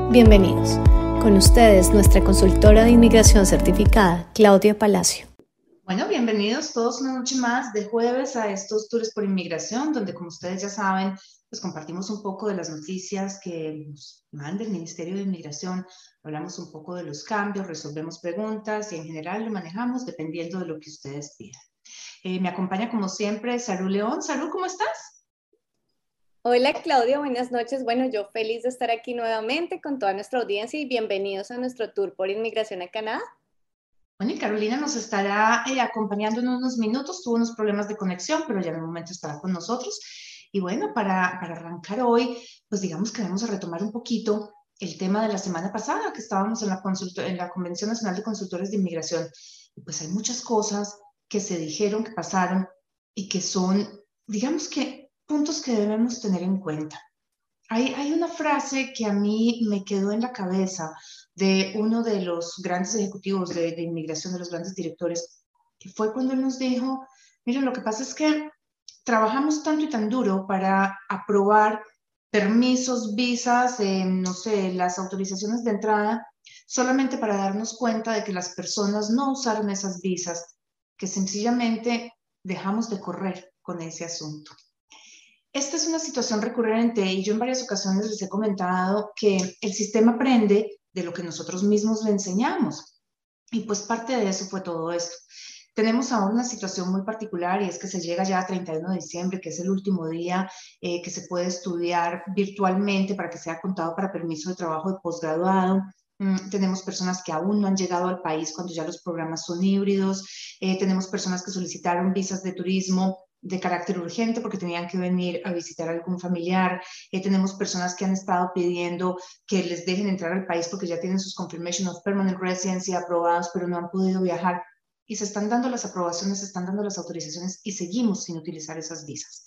Bienvenidos. Con ustedes, nuestra consultora de inmigración certificada, Claudia Palacio. Bueno, bienvenidos todos una noche más de jueves a estos tours por inmigración, donde, como ustedes ya saben, pues compartimos un poco de las noticias que nos manda el Ministerio de Inmigración, hablamos un poco de los cambios, resolvemos preguntas y en general lo manejamos dependiendo de lo que ustedes pidan. Me acompaña como siempre Saru León. Saru, ¿cómo estás? Hola Claudia, buenas noches. Bueno, yo feliz de estar aquí nuevamente con toda nuestra audiencia y bienvenidos a nuestro tour por inmigración a Canadá. Bueno, y Carolina nos estará acompañando en unos minutos, tuvo unos problemas de conexión, pero ya en un momento estará con nosotros. Y bueno, para arrancar hoy, pues digamos que vamos a retomar un poquito el tema de la semana pasada, que estábamos en la Convención Nacional de Consultores de Inmigración. Y pues hay muchas cosas que se dijeron, que pasaron y que son, digamos que, puntos que debemos tener en cuenta. Hay una frase que a mí me quedó en la cabeza de uno de los grandes ejecutivos de inmigración, de los grandes directores, que fue cuando él nos dijo, miren, lo que pasa es que trabajamos tanto y tan duro para aprobar permisos, visas, no sé, las autorizaciones de entrada, solamente para darnos cuenta de que las personas no usaron esas visas, que sencillamente dejamos de correr con ese asunto. Esta es una situación recurrente y yo en varias ocasiones les he comentado que el sistema aprende de lo que nosotros mismos le enseñamos. Y pues parte de eso fue todo esto. Tenemos ahora una situación muy particular y es que se llega ya a 31 de diciembre, que es el último día que se puede estudiar virtualmente para que sea contado para permiso de trabajo de posgraduado. Tenemos personas que aún no han llegado al país cuando ya los programas son híbridos. Tenemos personas que solicitaron visas de turismo de carácter urgente porque tenían que venir a visitar a algún familiar. Tenemos personas que han estado pidiendo que les dejen entrar al país porque ya tienen sus Confirmation of Permanent Residency aprobados, pero no han podido viajar. Y se están dando las aprobaciones, se están dando las autorizaciones y seguimos sin utilizar esas visas.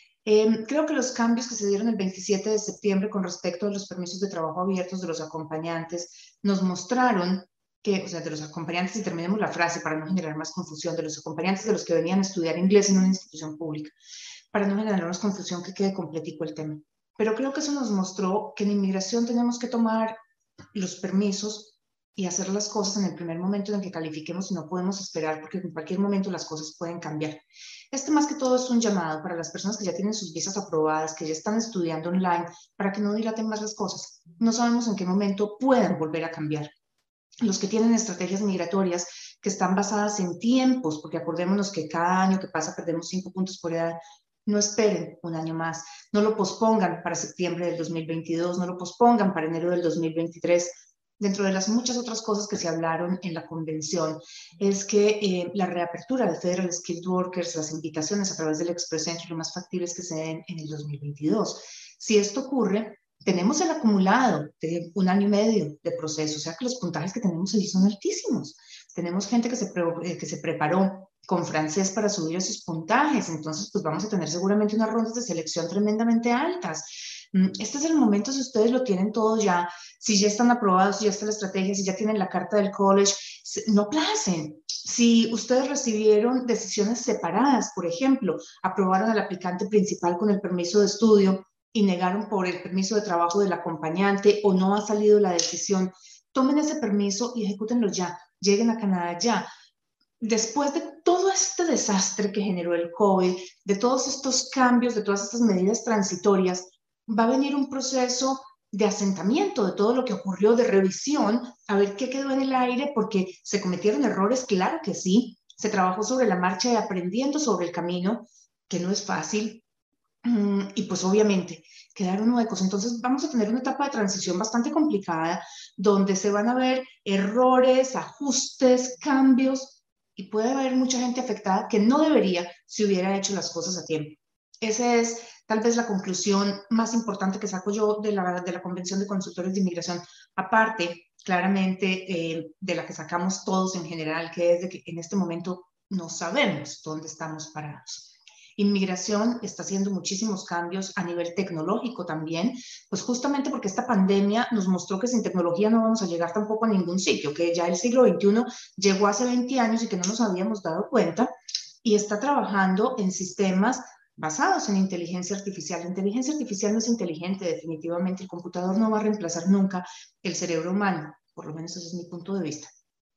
Creo que los cambios que se dieron el 27 de septiembre con respecto a los permisos de trabajo abiertos de los acompañantes nos mostraron que, o sea, de los acompañantes, y terminemos la frase para no generar más confusión, de los acompañantes de los que venían a estudiar inglés en una institución pública, para no generar más confusión, que quede completico el tema. Pero creo que eso nos mostró que en inmigración tenemos que tomar los permisos y hacer las cosas en el primer momento en el que califiquemos y no podemos esperar porque en cualquier momento las cosas pueden cambiar. Este más que todo es un llamado para las personas que ya tienen sus visas aprobadas, que ya están estudiando online, para que no dilaten más las cosas. No sabemos en qué momento puedan volver a cambiar. Los que tienen estrategias migratorias que están basadas en tiempos, porque acordémonos que cada año que pasa perdemos 5 puntos por edad, no esperen un año más, no lo pospongan para septiembre del 2022, no lo pospongan para enero del 2023. Dentro de las muchas otras cosas que se hablaron en la convención, es que la reapertura de Federal Skilled Workers, las invitaciones a través del Express Entry, lo más factible es que se den en el 2022. Si esto ocurre, tenemos el acumulado de un año y medio de proceso, o sea que los puntajes que tenemos allí son altísimos. Tenemos gente que se preparó con francés para subir esos puntajes, entonces pues vamos a tener seguramente unas rondas de selección tremendamente altas. Este es el momento, si ustedes lo tienen todo ya, si ya están aprobados, si ya está la estrategia, si ya tienen la carta del college, no aplacen. Si ustedes recibieron decisiones separadas, por ejemplo, aprobaron al aplicante principal con el permiso de estudio y negaron por el permiso de trabajo del acompañante o no ha salido la decisión, tomen ese permiso y ejecútenlo ya, lleguen a Canadá ya. Después de todo este desastre que generó el COVID, de todos estos cambios, de todas estas medidas transitorias, va a venir un proceso de asentamiento de todo lo que ocurrió, de revisión, a ver qué quedó en el aire, porque se cometieron errores, claro que sí, se trabajó sobre la marcha y aprendiendo sobre el camino, que no es fácil, y pues obviamente quedaron huecos. Entonces vamos a tener una etapa de transición bastante complicada donde se van a ver errores, ajustes, cambios y puede haber mucha gente afectada que no debería si hubiera hecho las cosas a tiempo. Esa es tal vez la conclusión más importante que saco yo de la Convención de Consultores de Inmigración. Aparte, claramente, de la que sacamos todos en general, que es de que en este momento no sabemos dónde estamos parados. Inmigración está haciendo muchísimos cambios a nivel tecnológico también, pues justamente porque esta pandemia nos mostró que sin tecnología no vamos a llegar tampoco a ningún sitio, que ya el siglo XXI llegó hace 20 años y que no nos habíamos dado cuenta y está trabajando en sistemas basados en inteligencia artificial. La inteligencia artificial no es inteligente, definitivamente. El computador no va a reemplazar nunca el cerebro humano, por lo menos ese es mi punto de vista.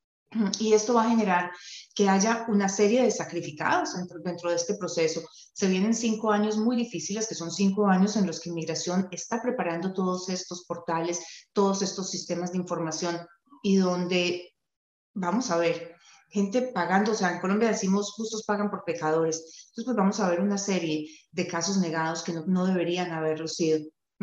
Y esto va a generar que haya una serie de sacrificados dentro de este proceso. Se vienen 5 años muy difíciles, que son 5 años en los que Inmigración está preparando todos estos portales, todos estos sistemas de información y donde, vamos a ver, gente pagando, o sea, en Colombia decimos justos pagan por pecadores. Entonces, pues vamos a ver una serie de casos negados que no deberían haberlo sido.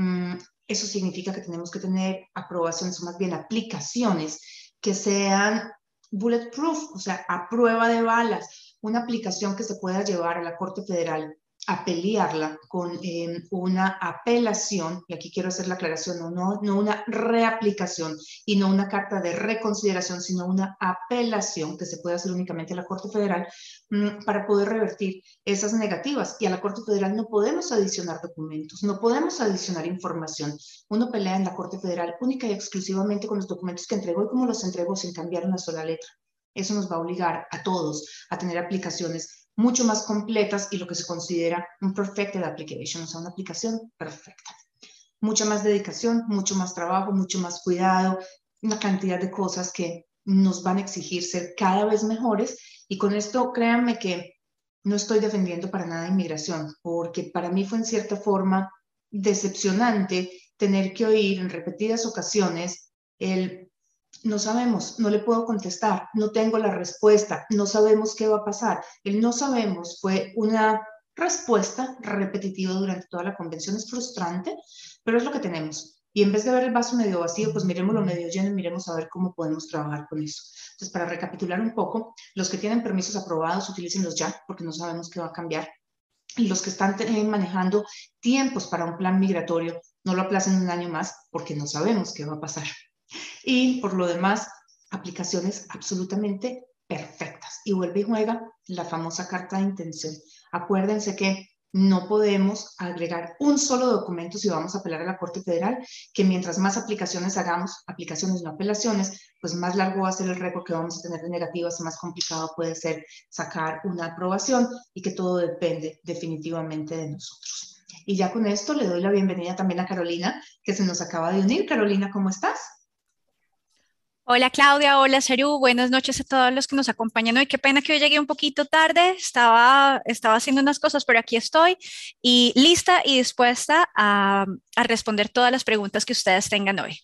Eso significa que tenemos que tener aprobaciones, o más bien aplicaciones que sean bulletproof, o sea, a prueba de balas, una aplicación que se pueda llevar a la Corte Federal a pelearla con una apelación, y aquí quiero hacer la aclaración, no una reaplicación y no una carta de reconsideración, sino una apelación que se puede hacer únicamente a la Corte Federal para poder revertir esas negativas. Y a la Corte Federal no podemos adicionar documentos, no podemos adicionar información. Uno pelea en la Corte Federal única y exclusivamente con los documentos que entregó y cómo los entregó sin cambiar una sola letra. Eso nos va a obligar a todos a tener aplicaciones mucho más completas y lo que se considera un perfected application, o sea, una aplicación perfecta. Mucha más dedicación, mucho más trabajo, mucho más cuidado, una cantidad de cosas que nos van a exigir ser cada vez mejores. Y con esto, créanme que no estoy defendiendo para nada inmigración, porque para mí fue en cierta forma decepcionante tener que oír en repetidas ocasiones el no sabemos, no le puedo contestar, no tengo la respuesta, no sabemos qué va a pasar. El no sabemos fue una respuesta repetitiva durante toda la convención. Es frustrante, pero es lo que tenemos. Y en vez de ver el vaso medio vacío, pues miremoslo medio lleno y miremos a ver cómo podemos trabajar con eso. Entonces, para recapitular un poco, los que tienen permisos aprobados, utilícenlos ya, porque no sabemos qué va a cambiar. Y los que están manejando tiempos para un plan migratorio, no lo aplacen un año más, porque no sabemos qué va a pasar. Y por lo demás, aplicaciones absolutamente perfectas. Y vuelve y juega la famosa carta de intención. Acuérdense que no podemos agregar un solo documento si vamos a apelar a la Corte Federal, que mientras más aplicaciones hagamos, aplicaciones no apelaciones, pues más largo va a ser el récord que vamos a tener de negativas y más complicado puede ser sacar una aprobación y que todo depende definitivamente de nosotros. Y ya con esto le doy la bienvenida también a Carolina, que se nos acaba de unir. Carolina, ¿cómo estás? Hola Claudia, hola Saru, buenas noches a todos los que nos acompañan hoy. Qué pena que hoy llegué un poquito tarde, estaba haciendo unas cosas, pero aquí estoy y lista y dispuesta a responder todas las preguntas que ustedes tengan hoy.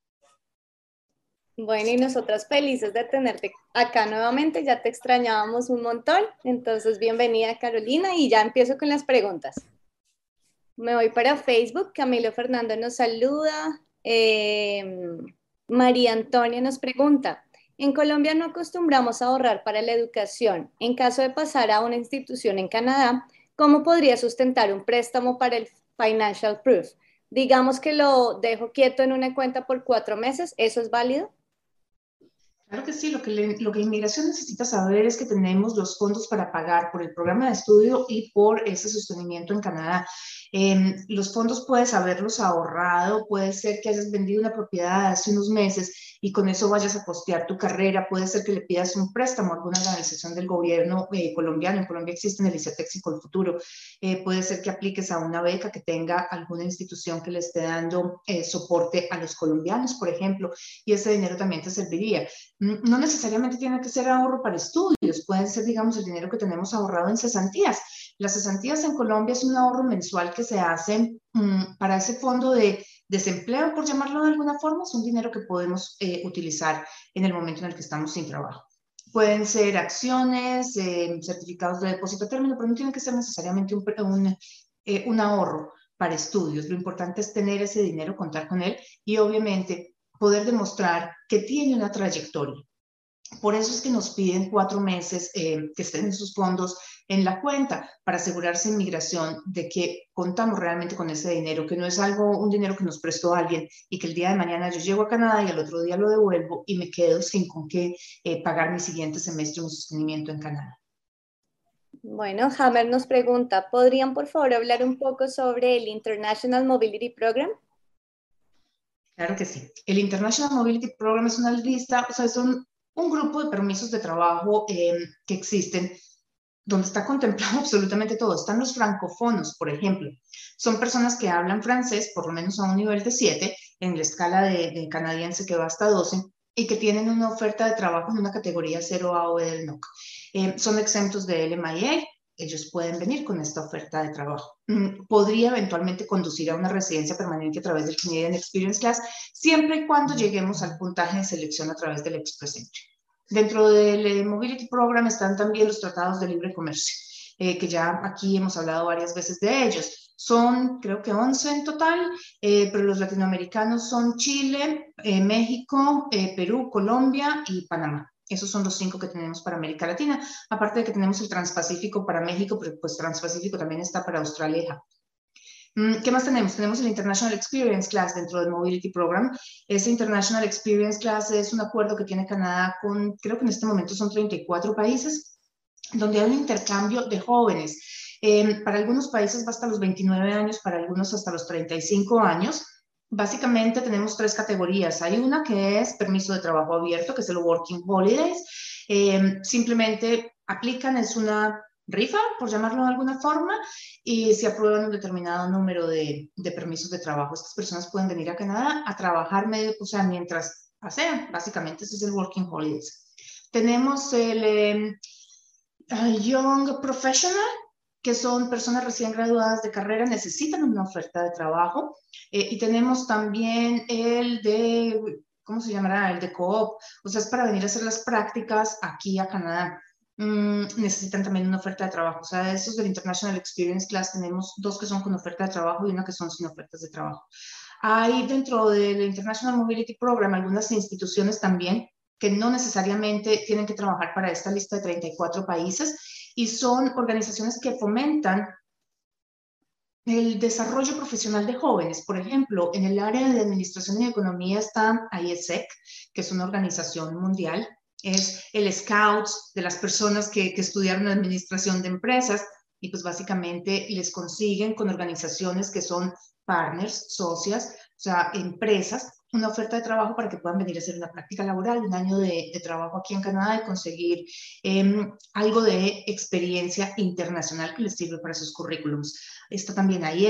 Bueno, y nosotras felices de tenerte acá nuevamente, ya te extrañábamos un montón, entonces bienvenida Carolina y ya empiezo con las preguntas. Me voy para Facebook, Camilo Fernando nos saluda. María Antonia nos pregunta, en Colombia no acostumbramos a ahorrar para la educación. En caso de pasar a una institución en Canadá, ¿cómo podría sustentar un préstamo para el financial proof? Digamos que lo dejo quieto en una cuenta por 4 meses, ¿eso es válido? Claro que sí, lo que Inmigración necesita saber es que tenemos los fondos para pagar por el programa de estudio y por ese sostenimiento en Canadá. Los fondos puedes haberlos ahorrado, puede ser que hayas vendido una propiedad hace unos meses y con eso vayas a costear tu carrera, puede ser que le pidas un préstamo a alguna organización del gobierno colombiano. En Colombia existen el ICETEX y Colfuturo. Puede ser que apliques a una beca que tenga alguna institución que le esté dando soporte a los colombianos, por ejemplo, y ese dinero también te serviría. No necesariamente tiene que ser ahorro para estudios, pueden ser, digamos, el dinero que tenemos ahorrado en cesantías. Las cesantías en Colombia es un ahorro mensual que se hace para ese fondo de desempleo, por llamarlo de alguna forma, es un dinero que podemos utilizar en el momento en el que estamos sin trabajo. Pueden ser acciones, certificados de depósito a término, pero no tiene que ser necesariamente un ahorro para estudios. Lo importante es tener ese dinero, contar con él y obviamente poder demostrar que tiene una trayectoria. Por eso es que nos piden 4 meses que estén sus fondos en la cuenta para asegurarse en Migración de que contamos realmente con ese dinero, que no es un dinero que nos prestó alguien y que el día de mañana yo llego a Canadá y al otro día lo devuelvo y me quedo sin con qué pagar mi siguiente semestre un sostenimiento en Canadá. Bueno, Hammer nos pregunta, ¿podrían por favor hablar un poco sobre el International Mobility Program? Claro que sí. El International Mobility Program es una lista, o sea, son un grupo de permisos de trabajo que existen donde está contemplado absolutamente todo. Están los francófonos, por ejemplo. Son personas que hablan francés, por lo menos a un nivel de 7, en la escala de canadiense que va hasta 12, y que tienen una oferta de trabajo en una categoría 0A o B del NOC. Son exentos de LMIA, ellos pueden venir con esta oferta de trabajo. Podría eventualmente conducir a una residencia permanente a través del Canadian Experience Class, siempre y cuando lleguemos al puntaje de selección a través del Express Entry. Dentro del Mobility Program están también los tratados de libre comercio, que ya aquí hemos hablado varias veces de ellos. Son, creo que 11 en total, pero los latinoamericanos son Chile, México, Perú, Colombia y Panamá. Esos son los 5 que tenemos para América Latina, aparte de que tenemos el Transpacífico para México, pero pues Transpacífico también está para Australia y Japón. ¿Qué más tenemos? Tenemos el International Experience Class dentro del Mobility Program. Ese International Experience Class es un acuerdo que tiene Canadá con, creo que en este momento son 34 países, donde hay un intercambio de jóvenes. Para algunos países va hasta los 29 años, para algunos hasta los 35 años. Básicamente tenemos 3 categorías. Hay una que es permiso de trabajo abierto, que es el Working Holidays. Simplemente aplican, es una rifa, por llamarlo de alguna forma, y se aprueban un determinado número de permisos de trabajo. Estas personas pueden venir a Canadá a trabajar mientras pasean. Básicamente ese es el Working Holidays. Tenemos el Young Professional, que son personas recién graduadas de carrera, necesitan una oferta de trabajo. Y tenemos también el de, ¿cómo se llamará? El de Co-op, o sea, es para venir a hacer las prácticas aquí a Canadá. Necesitan también una oferta de trabajo. O sea, esos del International Experience Class tenemos 2 que son con oferta de trabajo y una que son sin ofertas de trabajo. Hay dentro del International Mobility Program algunas instituciones también que no necesariamente tienen que trabajar para esta lista de 34 países y son organizaciones que fomentan el desarrollo profesional de jóvenes. Por ejemplo, en el área de administración y economía está IESEC, que es una organización mundial. Es el Scouts de las personas que estudiaron administración de empresas y pues básicamente les consiguen con organizaciones que son partners, socias, o sea, empresas, una oferta de trabajo para que puedan venir a hacer una práctica laboral, un año de trabajo aquí en Canadá y conseguir algo de experiencia internacional que les sirve para sus currículums. Está también ahí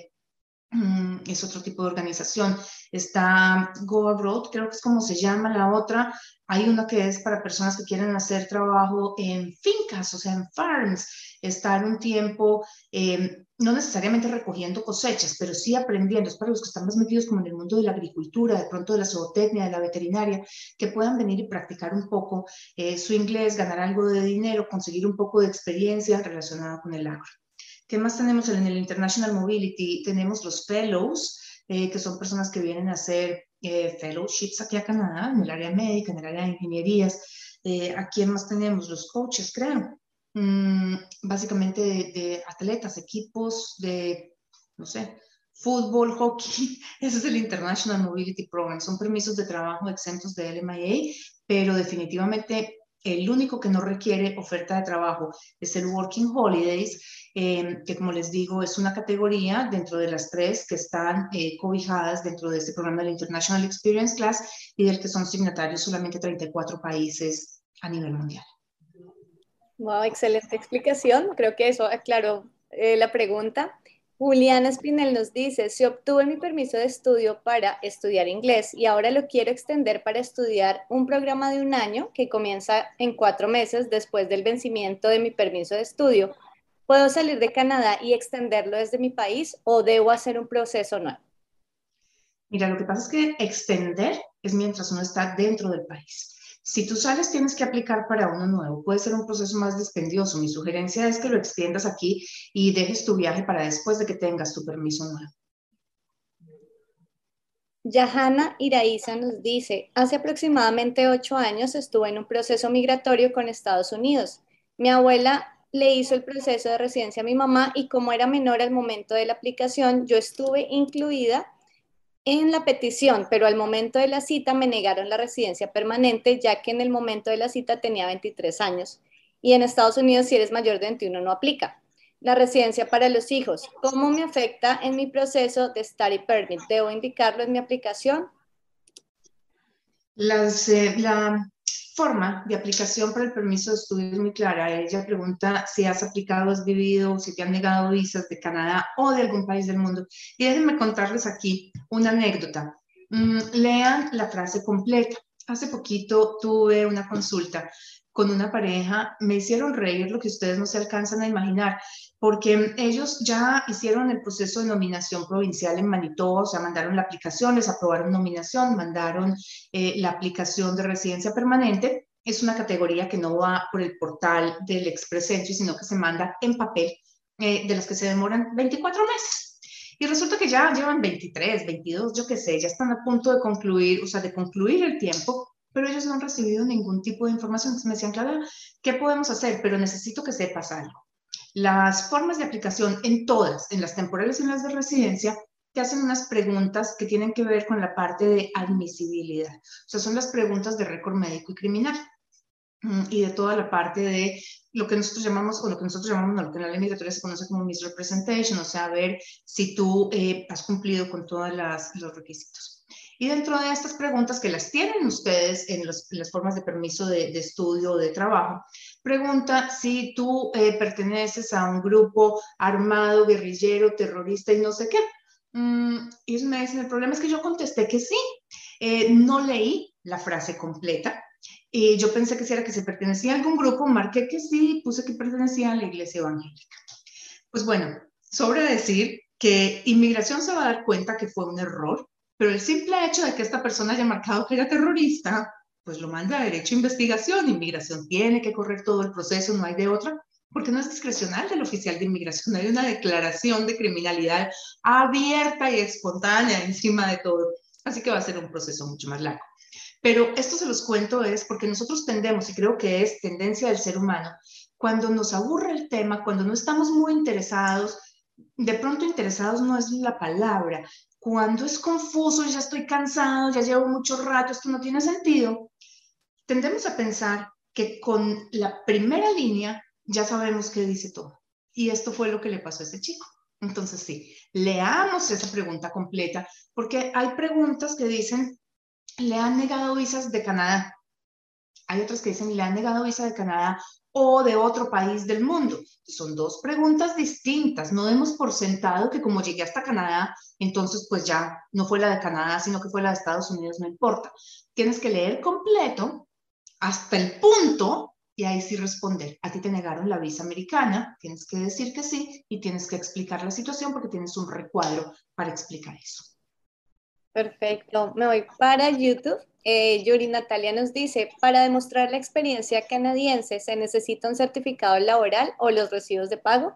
es otro tipo de organización. Está Go Abroad, creo que es como se llama la otra. Hay una que es para personas que quieren hacer trabajo en fincas, o sea, en farms, estar un tiempo, no necesariamente recogiendo cosechas, pero sí aprendiendo. Es para los que están más metidos como en el mundo de la agricultura, de pronto de la zootecnia, de la veterinaria, que puedan venir y practicar un poco su inglés, ganar algo de dinero, conseguir un poco de experiencia relacionada con el agro. ¿Qué más tenemos en el International Mobility? Tenemos los fellows, que son personas que vienen a hacer fellowships aquí a Canadá, en el área médica, en el área de ingenierías. ¿A quién más tenemos? Los coaches, creo. Básicamente de atletas, equipos de, no sé, fútbol, hockey. Ese es el International Mobility Program. Son permisos de trabajo exentos de LMIA, pero definitivamente el único que no requiere oferta de trabajo es el Working Holidays, que como les digo es una categoría dentro de las 3 que están cobijadas dentro de este programa del International Experience Class y del que son signatarios solamente 34 países a nivel mundial. Wow, excelente explicación. Creo que eso aclaró la pregunta. Juliana Espinel nos dice, si obtuve mi permiso de estudio para estudiar inglés y ahora lo quiero extender para estudiar un programa de 1 año que comienza en 4 meses después del vencimiento de mi permiso de estudio, ¿puedo salir de Canadá y extenderlo desde mi país o debo hacer un proceso nuevo? Mira, lo que pasa es que extender es mientras uno está dentro del país. Si tú sales, tienes que aplicar para uno nuevo. Puede ser un proceso más dispendioso. Mi sugerencia es que lo extiendas aquí y dejes tu viaje para después de que tengas tu permiso nuevo. Yahana Iraiza nos dice, hace aproximadamente 8 años estuve en un proceso migratorio con Estados Unidos. Mi abuela le hizo el proceso de residencia a mi mamá y como era menor al momento de la aplicación, yo estuve incluida en la petición, pero al momento de la cita me negaron la residencia permanente, ya que en el momento de la cita tenía 23 años. Y en Estados Unidos, si eres mayor de 21, no aplica. La residencia para los hijos, ¿cómo me afecta en mi proceso de study permit? ¿Debo indicarlo en mi aplicación? forma de aplicación para el permiso de estudio es muy clara. Ella pregunta si has aplicado, has vivido, si te han negado visas de Canadá o de algún país del mundo. Y déjenme contarles aquí una anécdota. Lean la frase completa. Hace poquito tuve una consulta con una pareja, me hicieron reír lo que ustedes no se alcanzan a imaginar, porque ellos ya hicieron el proceso de nominación provincial en Manitoba, o sea, mandaron la aplicación, les aprobaron nominación, mandaron la aplicación de residencia permanente. Es una categoría que no va por el portal del Express Entry, sino que se manda en papel, de las que se demoran 24 meses. Y resulta que ya llevan 23, 22, yo qué sé, ya están a punto de concluir, o sea, de concluir el tiempo, pero ellos no han recibido ningún tipo de información. Entonces me decían, Claudia, ¿qué podemos hacer? Pero necesito que sepas algo. Las formas de aplicación en todas, en las temporales y en las de residencia, te hacen unas preguntas que tienen que ver con la parte de admisibilidad. O sea, son las preguntas de récord médico y criminal y de toda la parte de lo que nosotros llamamos, o lo que nosotros llamamos, no, lo que en la ley migratoria se conoce como misrepresentation, o sea, ver si tú has cumplido con todos los requisitos. Y dentro de estas preguntas que las tienen ustedes en las formas de permiso de estudio o de trabajo, pregunta si tú perteneces a un grupo armado, guerrillero, terrorista y no sé qué. Y ellos me dicen, el problema es que yo contesté que sí. No leí la frase completa. Yo pensé que si era que se pertenecía a algún grupo, marqué que sí, puse que pertenecía a la iglesia evangélica. Pues bueno, sobra decir que inmigración se va a dar cuenta que fue un error, pero el simple hecho de que esta persona haya marcado que era terrorista, pues lo manda a derecho a investigación. Inmigración tiene que correr todo el proceso, no hay de otra, porque no es discrecional del oficial de inmigración, hay una declaración de criminalidad abierta y espontánea encima de todo. Así que va a ser un proceso mucho más largo. Pero esto se los cuento es porque nosotros tendemos, y creo que es tendencia del ser humano, cuando nos aburre el tema, cuando no estamos muy interesados, de pronto interesados no es la palabra, cuando es confuso, ya estoy cansado, ya llevo mucho rato, esto no tiene sentido, tendemos a pensar que con la primera línea ya sabemos qué dice todo. Y esto fue lo que le pasó a ese chico. Entonces sí, leamos esa pregunta completa, porque hay preguntas que dicen, le han negado visas de Canadá. Hay otras que dicen, le han negado visa de Canadá o de otro país del mundo. Son dos preguntas distintas. No demos por sentado que como llegué hasta Canadá, entonces pues ya no fue la de Canadá, sino que fue la de Estados Unidos, no importa. Tienes que leer completo hasta el punto y ahí sí responder. A ti te negaron la visa americana, tienes que decir que sí y tienes que explicar la situación porque tienes un recuadro para explicar eso. Perfecto, me voy para YouTube. Yuri Natalia nos dice, para demostrar la experiencia canadiense, ¿se necesita un certificado laboral o los recibos de pago?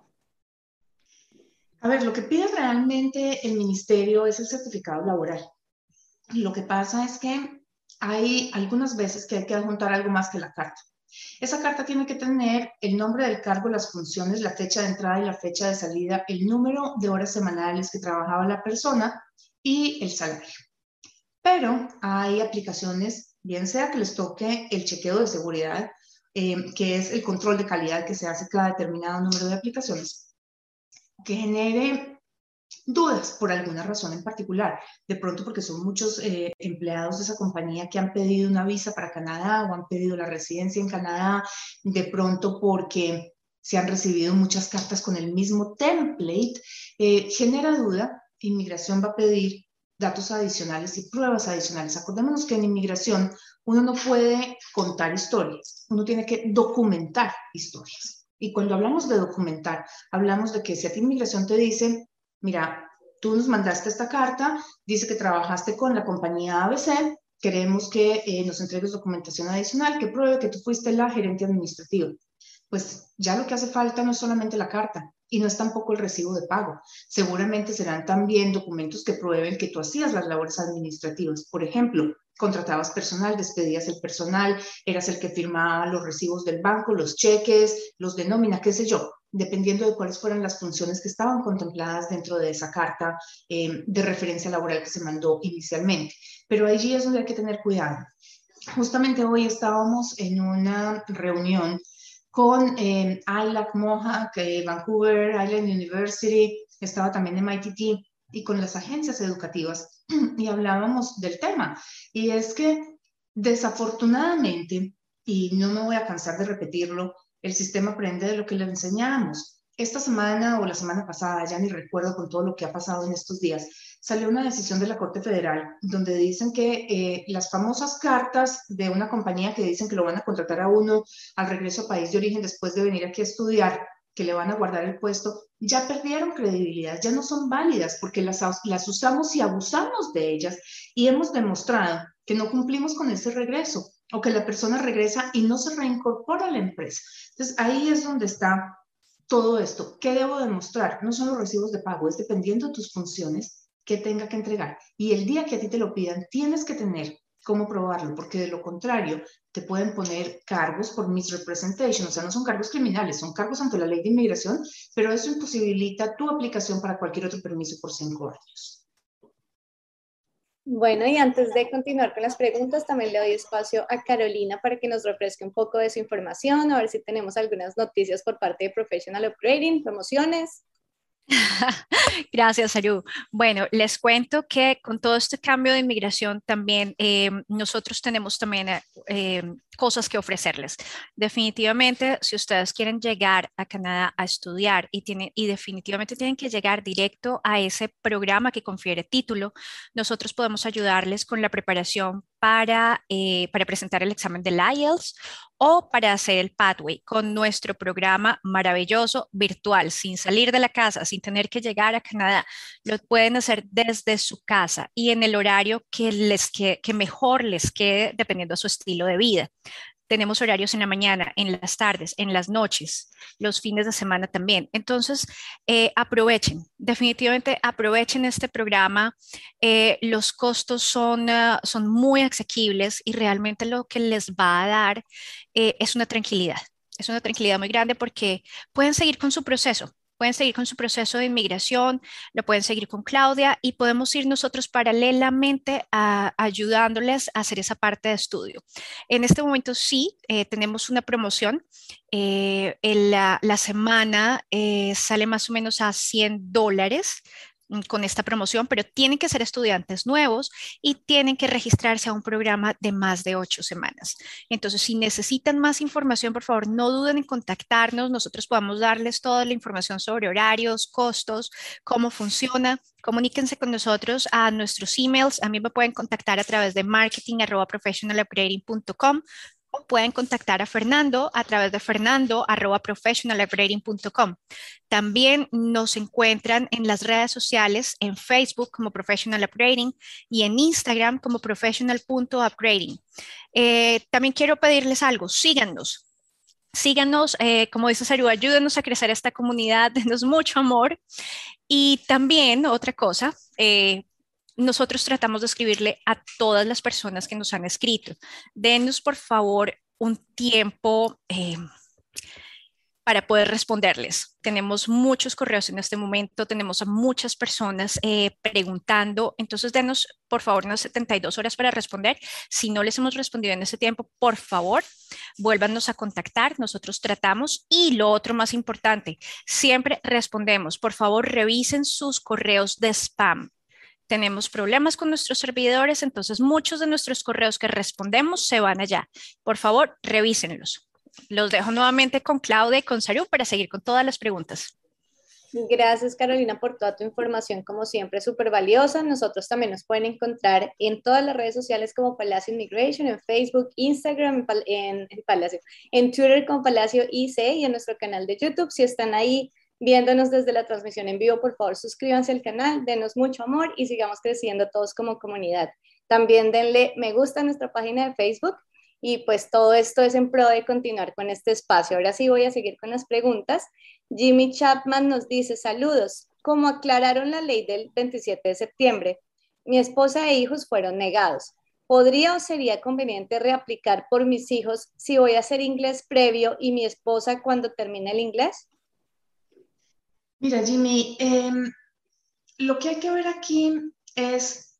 A ver, lo que pide realmente el ministerio es el certificado laboral. Lo que pasa es que hay algunas veces que hay que adjuntar algo más que la carta. Esa carta tiene que tener el nombre del cargo, las funciones, la fecha de entrada y la fecha de salida, el número de horas semanales que trabajaba la persona y el salario. Pero hay aplicaciones, bien sea que les toque el chequeo de seguridad, que es el control de calidad que se hace cada determinado número de aplicaciones, que genere dudas por alguna razón en particular. De pronto porque son muchos empleados de esa compañía que han pedido una visa para Canadá o han pedido la residencia en Canadá, de pronto porque se han recibido muchas cartas con el mismo template, genera duda. Inmigración va a pedir datos adicionales y pruebas adicionales. Acordémonos que en inmigración uno no puede contar historias, uno tiene que documentar historias. Y cuando hablamos de documentar, hablamos de que si a ti inmigración te dice, mira, tú nos mandaste esta carta, dice que trabajaste con la compañía ABC, queremos que nos entregues documentación adicional que pruebe que tú fuiste la gerente administrativa. Pues ya lo que hace falta no es solamente la carta y no es tampoco el recibo de pago. Seguramente serán también documentos que prueben que tú hacías las labores administrativas. Por ejemplo, contratabas personal, despedías el personal, eras el que firmaba los recibos del banco, los cheques, los de nómina, qué sé yo, dependiendo de cuáles fueran las funciones que estaban contempladas dentro de esa carta de referencia laboral que se mandó inicialmente. Pero allí es donde hay que tener cuidado. Justamente hoy estábamos en una reunión con ILAC Mohawk, Vancouver Island University, estaba también MITT y con las agencias educativas y hablábamos del tema. Y es que desafortunadamente y no me voy a cansar de repetirlo, el sistema aprende de lo que le enseñamos. Esta semana o la semana pasada, ya ni recuerdo con todo lo que ha pasado en estos días, salió una decisión de la Corte Federal donde dicen que las famosas cartas de una compañía que dicen que lo van a contratar a uno al regreso a país de origen después de venir aquí a estudiar, que le van a guardar el puesto, ya perdieron credibilidad, ya no son válidas porque las usamos y abusamos de ellas y hemos demostrado que no cumplimos con ese regreso o que la persona regresa y no se reincorpora a la empresa. Entonces ahí es donde está todo esto. ¿Qué debo demostrar? No son los recibos de pago, es dependiendo de tus funciones que tenga que entregar. Y el día que a ti te lo pidan, tienes que tener cómo probarlo, porque de lo contrario te pueden poner cargos por misrepresentation, o sea, no son cargos criminales, son cargos ante la ley de inmigración, pero eso imposibilita tu aplicación para cualquier otro permiso por 5 años. Bueno, y antes de continuar con las preguntas, también le doy espacio a Carolina para que nos refresque un poco de su información, a ver si tenemos algunas noticias por parte de Professional Upgrading, promociones. Gracias, Saru. Bueno, les cuento que con todo este cambio de inmigración también nosotros tenemos también cosas que ofrecerles. Definitivamente, si ustedes quieren llegar a Canadá a estudiar y definitivamente tienen que llegar directo a ese programa que confiere título, nosotros podemos ayudarles con la preparación para presentar el examen del IELTS o para hacer el Pathway con nuestro programa maravilloso virtual, sin salir de la casa, sin tener que llegar a Canadá. Lo pueden hacer desde su casa y en el horario que mejor les quede dependiendo de su estilo de vida. Tenemos horarios en la mañana, en las tardes, en las noches, los fines de semana también. Entonces, aprovechen, definitivamente aprovechen este programa. Los costos son muy asequibles y realmente lo que les va a dar es una tranquilidad. Es una tranquilidad muy grande porque pueden seguir con su proceso. Pueden seguir con su proceso de inmigración, lo pueden seguir con Claudia y podemos ir nosotros paralelamente ayudándoles a hacer esa parte de estudio. En este momento sí, tenemos una promoción. La semana sale más o menos a $100 con esta promoción, pero tienen que ser estudiantes nuevos y tienen que registrarse a un programa de más de 8 semanas. Entonces, si necesitan más información, por favor, no duden en contactarnos. Nosotros podemos darles toda la información sobre horarios, costos, cómo funciona. Comuníquense con nosotros a nuestros emails. A mí me pueden contactar a través de marketing@professionalupgrading.com. O pueden contactar a Fernando a través de fernando@professionalupgrading.com. También nos encuentran en las redes sociales, en Facebook como Professional Upgrading y en Instagram como professional.upgrading. También quiero pedirles algo, síganos. Síganos, como dice Saru, ayúdenos a crecer esta comunidad, denos mucho amor. Y también otra cosa, nosotros tratamos de escribirle a todas las personas que nos han escrito. Denos, por favor, un tiempo para poder responderles. Tenemos muchos correos en este momento, tenemos a muchas personas preguntando, entonces denos, por favor, unas 72 horas para responder. Si no les hemos respondido en ese tiempo, por favor, vuélvanos a contactar, nosotros tratamos. Y lo otro más importante, siempre respondemos. Por favor, revisen sus correos de spam. Tenemos problemas con nuestros servidores, entonces muchos de nuestros correos que respondemos se van allá. Por favor, revísenlos. Los dejo nuevamente con Claudia y con Saru para seguir con todas las preguntas. Gracias, Carolina, por toda tu información, como siempre, súper valiosa. Nosotros también nos pueden encontrar en todas las redes sociales como Palacio Immigration, en Facebook, Instagram, en Twitter con Palacio IC y en nuestro canal de YouTube. Si están ahí viéndonos desde la transmisión en vivo, por favor, suscríbanse al canal, denos mucho amor y sigamos creciendo todos como comunidad. También denle me gusta a nuestra página de Facebook y pues todo esto es en pro de continuar con este espacio. Ahora sí voy a seguir con las preguntas. Jimmy Chapman nos dice, saludos, como aclararon la ley del 27 de septiembre, mi esposa e hijos fueron negados. ¿Podría o sería conveniente reaplicar por mis hijos si voy a hacer inglés previo y mi esposa cuando termine el inglés? Mira, Jimmy, lo que hay que ver aquí es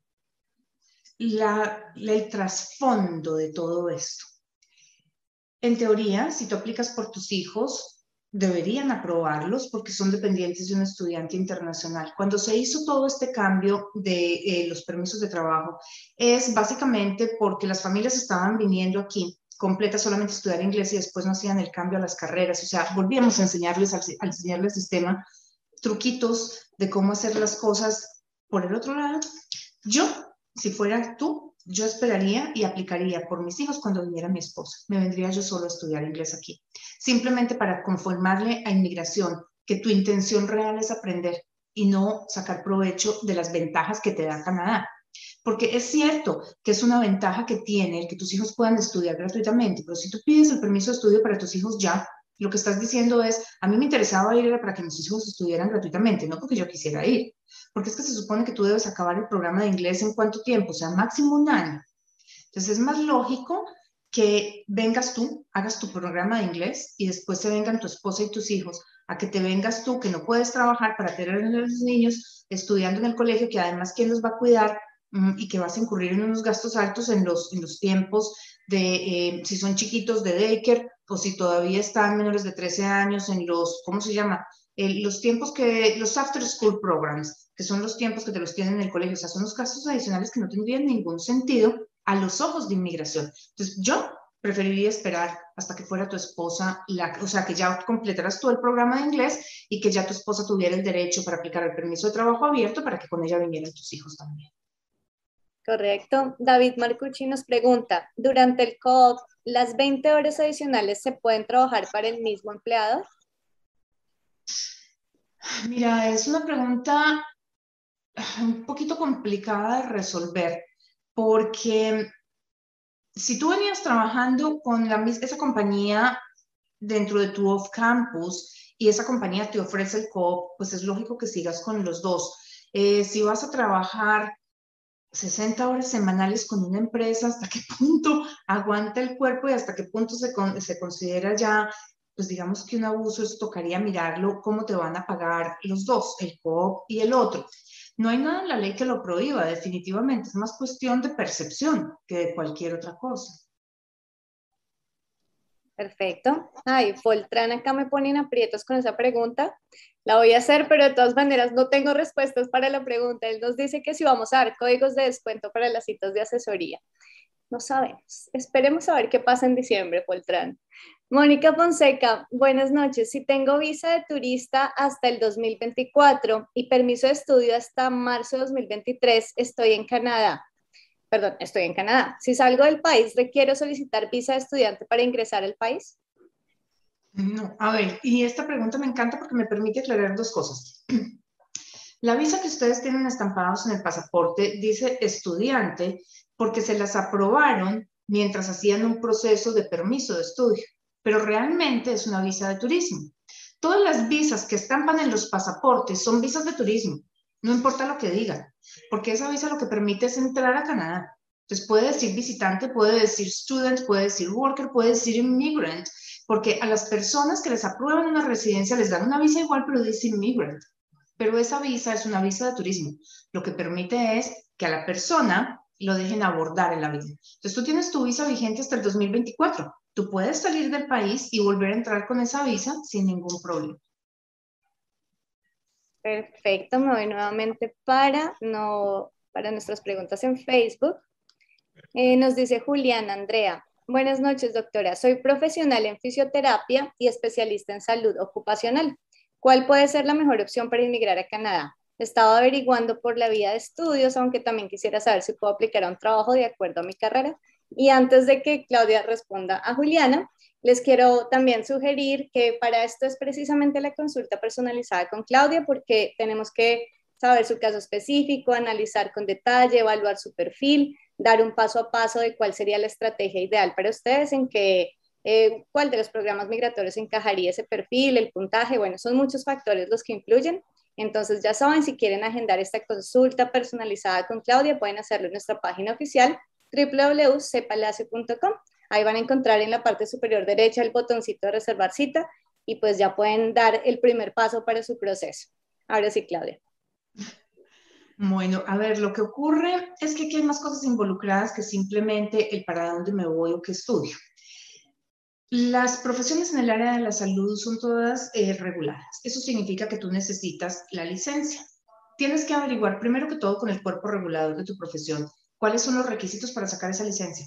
el trasfondo de todo esto. En teoría, si tú aplicas por tus hijos, deberían aprobarlos porque son dependientes de un estudiante internacional. Cuando se hizo todo este cambio de los permisos de trabajo, es básicamente porque las familias estaban viniendo aquí completa solamente estudiar inglés y después no hacían el cambio a las carreras. O sea, volvíamos a enseñarles, al enseñarles al sistema, truquitos de cómo hacer las cosas. Por el otro lado, yo, si fuera tú, yo esperaría y aplicaría por mis hijos cuando viniera mi esposa. Me vendría yo solo a estudiar inglés aquí, simplemente para conformarle a inmigración que tu intención real es aprender y no sacar provecho de las ventajas que te da Canadá. Porque es cierto que es una ventaja que tiene el que tus hijos puedan estudiar gratuitamente, pero si tú pides el permiso de estudio para tus hijos ya, lo que estás diciendo es, a mí me interesaba ir era para que mis hijos estudiaran gratuitamente, no porque yo quisiera ir. Porque es que se supone que tú debes acabar el programa de inglés en ¿cuánto tiempo? O sea, máximo un año. Entonces es más lógico que vengas tú, hagas tu programa de inglés y después se vengan tu esposa y tus hijos, a que te vengas tú, que no puedes trabajar para tener a los niños estudiando en el colegio, que además quién los va a cuidar y que vas a incurrir en unos gastos altos en los tiempos de, si son chiquitos de daycare o si todavía están menores de 13 años en los, ¿cómo se llama? Los tiempos que, los after school programs, que son los tiempos que te los tienen en el colegio, o sea, son los gastos adicionales que no tendrían ningún sentido a los ojos de inmigración. Entonces, yo preferiría esperar hasta que fuera tu esposa, o sea, que ya completaras todo el programa de inglés y que ya tu esposa tuviera el derecho para aplicar el permiso de trabajo abierto para que con ella vinieran tus hijos también. Correcto. David Marcucci nos pregunta, durante el co-op, ¿las 20 horas adicionales se pueden trabajar para el mismo empleador? Mira, es una pregunta un poquito complicada de resolver, porque si tú venías trabajando con esa compañía dentro de tu off-campus y esa compañía te ofrece el co-op, pues es lógico que sigas con los dos. Si vas a trabajar 60 horas semanales con una empresa, ¿hasta qué punto aguanta el cuerpo y hasta qué punto se considera ya, pues digamos que un abuso? Eso tocaría mirarlo, cómo te van a pagar los dos, el co-op y el otro. No hay nada en la ley que lo prohíba, definitivamente. Es más cuestión de percepción que de cualquier otra cosa. Perfecto. Ay, Foltran acá me ponen aprietos con esa pregunta. La voy a hacer, pero de todas maneras no tengo respuestas para la pregunta. Él nos dice que si vamos a dar códigos de descuento para las citas de asesoría. No sabemos. Esperemos a ver qué pasa en diciembre, Foltran. Mónica Fonseca, buenas noches. Si tengo visa de turista hasta el 2024 y permiso de estudio hasta marzo de 2023, estoy en Canadá. Si salgo del país, ¿requiero solicitar visa de estudiante para ingresar al país? No, a ver, y esta pregunta me encanta porque me permite aclarar dos cosas. La visa que ustedes tienen estampados en el pasaporte dice estudiante porque se las aprobaron mientras hacían un proceso de permiso de estudio, pero realmente es una visa de turismo. Todas las visas que estampan en los pasaportes son visas de turismo, no importa lo que digan, porque esa visa lo que permite es entrar a Canadá. Entonces puede decir visitante, puede decir student, puede decir worker, puede decir immigrant, porque a las personas que les aprueban una residencia les dan una visa igual, pero dice immigrant. Pero esa visa es una visa de turismo. Lo que permite es que a la persona lo dejen abordar el avión. Entonces tú tienes tu visa vigente hasta el 2024. Tú puedes salir del país y volver a entrar con esa visa sin ningún problema. Perfecto, me voy nuevamente para nuestras preguntas en Facebook. Nos dice Juliana Andrea. Buenas noches, doctora. Soy profesional en fisioterapia y especialista en salud ocupacional. ¿Cuál puede ser la mejor opción para inmigrar a Canadá? Estaba averiguando por la vía de estudios, aunque también quisiera saber si puedo aplicar a un trabajo de acuerdo a mi carrera. Y antes de que Claudia responda a Juliana, les quiero también sugerir que para esto es precisamente la consulta personalizada con Claudia, porque tenemos que saber su caso específico, analizar con detalle, evaluar su perfil, dar un paso a paso de cuál sería la estrategia ideal para ustedes, en que cuál de los programas migratorios encajaría ese perfil, el puntaje. Bueno, son muchos factores los que influyen. Entonces ya saben, si quieren agendar esta consulta personalizada con Claudia, pueden hacerlo en nuestra página oficial www.cpalacio.com. Ahí van a encontrar en la parte superior derecha el botoncito de reservar cita y pues ya pueden dar el primer paso para su proceso. Ahora sí, Claudia. Bueno, a ver, lo que ocurre es que aquí hay más cosas involucradas que simplemente el para dónde me voy o qué estudio. Las profesiones en el área de la salud son todas reguladas. Eso significa que tú necesitas la licencia. Tienes que averiguar primero que todo con el cuerpo regulador de tu profesión cuáles son los requisitos para sacar esa licencia.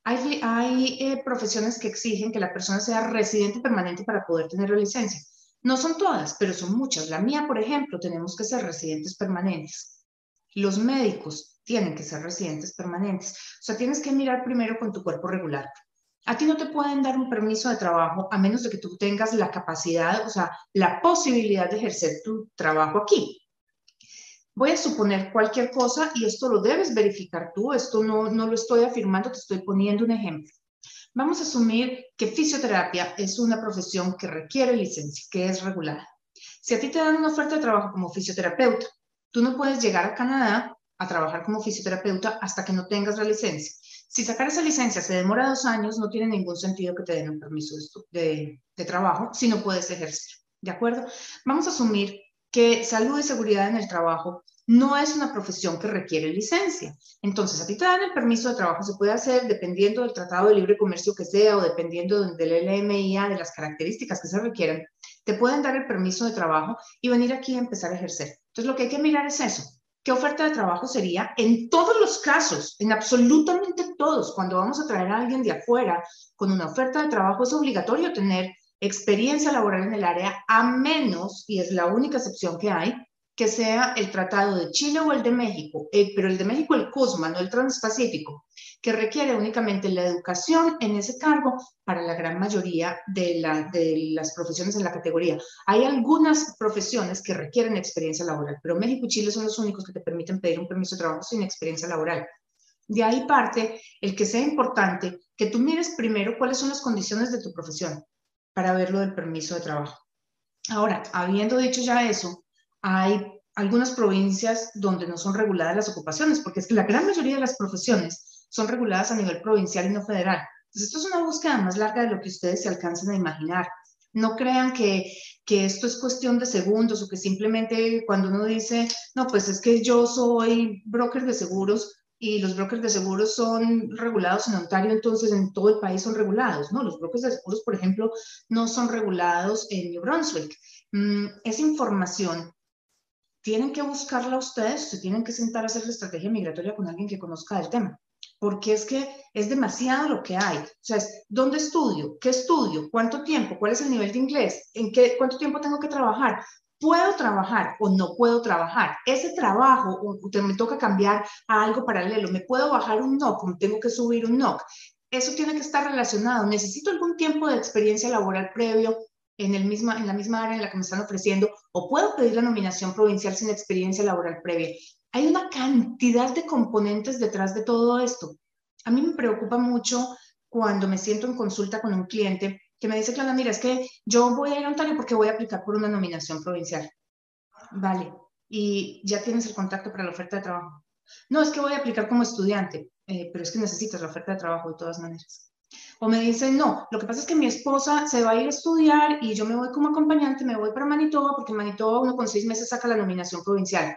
Hay profesiones que exigen que la persona sea residente permanente para poder tener la licencia. No son todas, pero son muchas. La mía, por ejemplo, tenemos que ser residentes permanentes. Los médicos tienen que ser residentes permanentes. O sea, tienes que mirar primero con tu cuerpo regular. A ti no te pueden dar un permiso de trabajo a menos de que tú tengas la capacidad, o sea, la posibilidad de ejercer tu trabajo aquí. Voy a suponer cualquier cosa y esto lo debes verificar tú, esto no lo estoy afirmando, te estoy poniendo un ejemplo. Vamos a asumir que fisioterapia es una profesión que requiere licencia, que es regulada. Si a ti te dan una oferta de trabajo como fisioterapeuta, tú no puedes llegar a Canadá a trabajar como fisioterapeuta hasta que no tengas la licencia. Si sacar esa licencia se demora 2 años, no tiene ningún sentido que te den un permiso de trabajo si no puedes ejercer. ¿De acuerdo? Vamos a asumir que salud y seguridad en el trabajo no es una profesión que requiere licencia. Entonces, a ti te dan el permiso de trabajo, se puede hacer dependiendo del Tratado de Libre Comercio que sea o dependiendo del LMIA, de las características que se requieran, te pueden dar el permiso de trabajo y venir aquí a empezar a ejercer. Entonces, lo que hay que mirar es eso. ¿Qué oferta de trabajo sería? En todos los casos, en absolutamente todos, cuando vamos a traer a alguien de afuera con una oferta de trabajo, es obligatorio tener experiencia laboral en el área, a menos, y es la única excepción que hay, que sea el Tratado de Chile o el de México, pero el de México, el CUSMA, no el Transpacífico, que requiere únicamente la educación en ese cargo para la gran mayoría de las profesiones en la categoría. Hay algunas profesiones que requieren experiencia laboral, pero México y Chile son los únicos que te permiten pedir un permiso de trabajo sin experiencia laboral. De ahí parte el que sea importante que tú mires primero cuáles son las condiciones de tu profesión para ver lo del permiso de trabajo. Ahora, habiendo dicho ya eso, hay algunas provincias donde no son reguladas las ocupaciones, porque es que la gran mayoría de las profesiones son reguladas a nivel provincial y no federal. Entonces, esto es una búsqueda más larga de lo que ustedes se alcancen a imaginar. No crean que esto es cuestión de segundos o que simplemente cuando uno dice, no, pues es que yo soy broker de seguros, y los brokers de seguros son regulados en Ontario, entonces en todo el país son regulados, ¿no? Los brokers de seguros, por ejemplo, no son regulados en New Brunswick. Esa información tienen que buscarla ustedes, se tienen que sentar a hacer la estrategia migratoria con alguien que conozca del tema, porque es que es demasiado lo que hay. O sea, es ¿dónde estudio? ¿Qué estudio? ¿Cuánto tiempo? ¿Cuál es el nivel de inglés? ¿Cuánto tiempo tengo que trabajar? ¿Puedo trabajar o no puedo trabajar? Ese trabajo, me toca cambiar a algo paralelo. ¿Me puedo bajar un NOC? ¿Me tengo que subir un NOC? Eso tiene que estar relacionado. ¿Necesito algún tiempo de experiencia laboral previo en la misma área en la que me están ofreciendo? ¿O puedo pedir la nominación provincial sin experiencia laboral previa? Hay una cantidad de componentes detrás de todo esto. A mí me preocupa mucho cuando me siento en consulta con un cliente que me dice, Clara, mira, es que yo voy a ir a Ontario porque voy a aplicar por una nominación provincial. Vale, y ya tienes el contacto para la oferta de trabajo. No, es que voy a aplicar como estudiante, pero es que necesitas la oferta de trabajo de todas maneras. O me dicen, no, lo que pasa es que mi esposa se va a ir a estudiar y yo me voy como acompañante, me voy para Manitoba, porque en Manitoba uno con 6 meses saca la nominación provincial.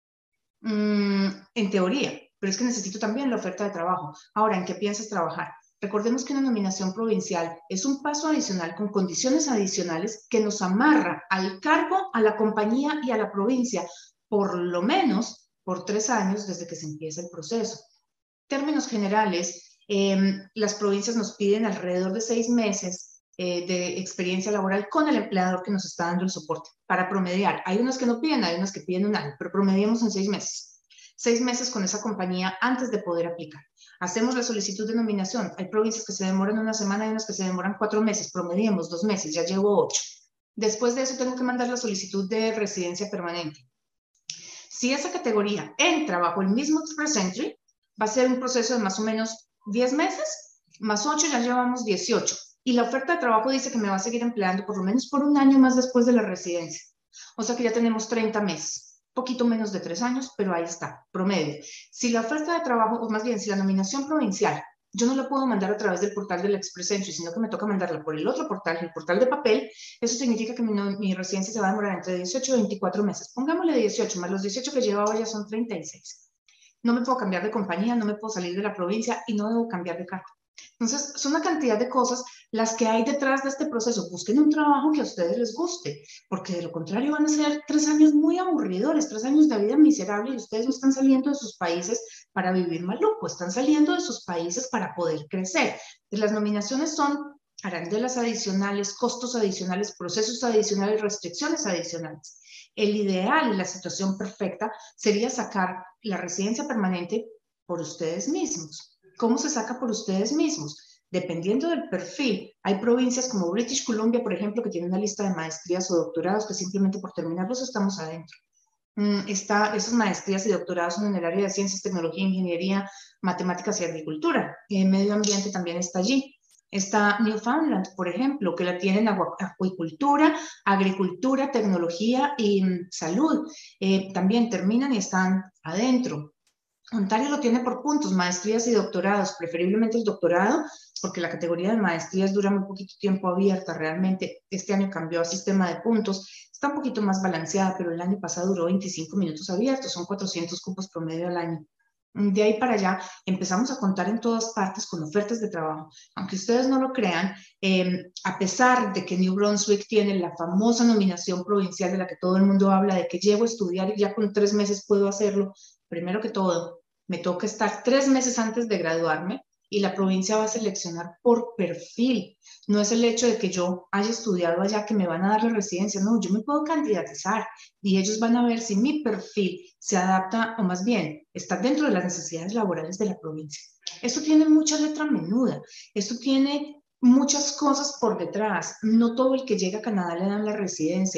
En teoría, pero es que necesito también la oferta de trabajo. Ahora, ¿en qué piensas trabajar? Recordemos que una nominación provincial es un paso adicional con condiciones adicionales que nos amarra al cargo, a la compañía y a la provincia, por lo menos por 3 años desde que se empieza el proceso. En términos generales, las provincias nos piden alrededor de 6 meses de experiencia laboral con el empleador que nos está dando el soporte para promediar. Hay unas que no piden, hay unas que piden 1 año, pero promediamos en 6 meses. 6 meses con esa compañía antes de poder aplicar. Hacemos la solicitud de nominación. Hay provincias que se demoran 1 semana y unas que se demoran 4 meses. Promediemos 2 meses, ya llevo 8. Después de eso tengo que mandar la solicitud de residencia permanente. Si esa categoría entra bajo el mismo Express Entry, va a ser un proceso de más o menos 10 meses, más 8 ya llevamos 18. Y la oferta de trabajo dice que me va a seguir empleando por lo menos por 1 año más después de la residencia. O sea que ya tenemos 30 meses, poquito menos de 3 años, pero ahí está, promedio. Si la oferta de trabajo, o más bien si la nominación provincial, yo no la puedo mandar a través del portal del Express Entry, sino que me toca mandarla por el otro portal, el portal de papel, eso significa que mi residencia se va a demorar entre 18 y 24 meses. Pongámosle 18, más los 18 que llevaba ya son 36. No me puedo cambiar de compañía, no me puedo salir de la provincia y no debo cambiar de cargo. Entonces, son una cantidad de cosas las que hay detrás de este proceso. Busquen un trabajo que a ustedes les guste, porque de lo contrario van a ser 3 años muy aburridores, 3 años de vida miserable y ustedes no están saliendo de sus países para vivir maluco, están saliendo de sus países para poder crecer. Las nominaciones son arandelas adicionales, costos adicionales, procesos adicionales, restricciones adicionales. El ideal y la situación perfecta sería sacar la residencia permanente por ustedes mismos. ¿Cómo se saca por ustedes mismos? Dependiendo del perfil. Hay provincias como British Columbia, por ejemplo, que tienen una lista de maestrías o doctorados que simplemente por terminarlos estamos adentro. Esas maestrías y doctorados son en el área de ciencias, tecnología, ingeniería, matemáticas y agricultura. Medio ambiente también está allí. Está Newfoundland, por ejemplo, que la tienen acuicultura, agricultura, tecnología y salud. También terminan y están adentro. Ontario lo tiene por puntos, maestrías y doctorados, preferiblemente el doctorado, porque la categoría de maestrías dura muy poquito tiempo abierta. Realmente este año cambió a sistema de puntos, está un poquito más balanceada, pero el año pasado duró 25 minutos abiertos, son 400 cupos promedio al año. De ahí para allá empezamos a contar en todas partes con ofertas de trabajo. Aunque ustedes no lo crean, a pesar de que New Brunswick tiene la famosa nominación provincial de la que todo el mundo habla, de que llego a estudiar y ya con 3 meses puedo hacerlo, primero que todo, me toca estar 3 meses antes de graduarme y la provincia va a seleccionar por perfil. No es el hecho de que yo haya estudiado allá que me van a dar la residencia, no, yo me puedo candidatizar y ellos van a ver si mi perfil se adapta o más bien está dentro de las necesidades laborales de la provincia. Esto tiene mucha letra menuda, esto tiene muchas cosas por detrás. No todo el que llega a Canadá le dan la residencia.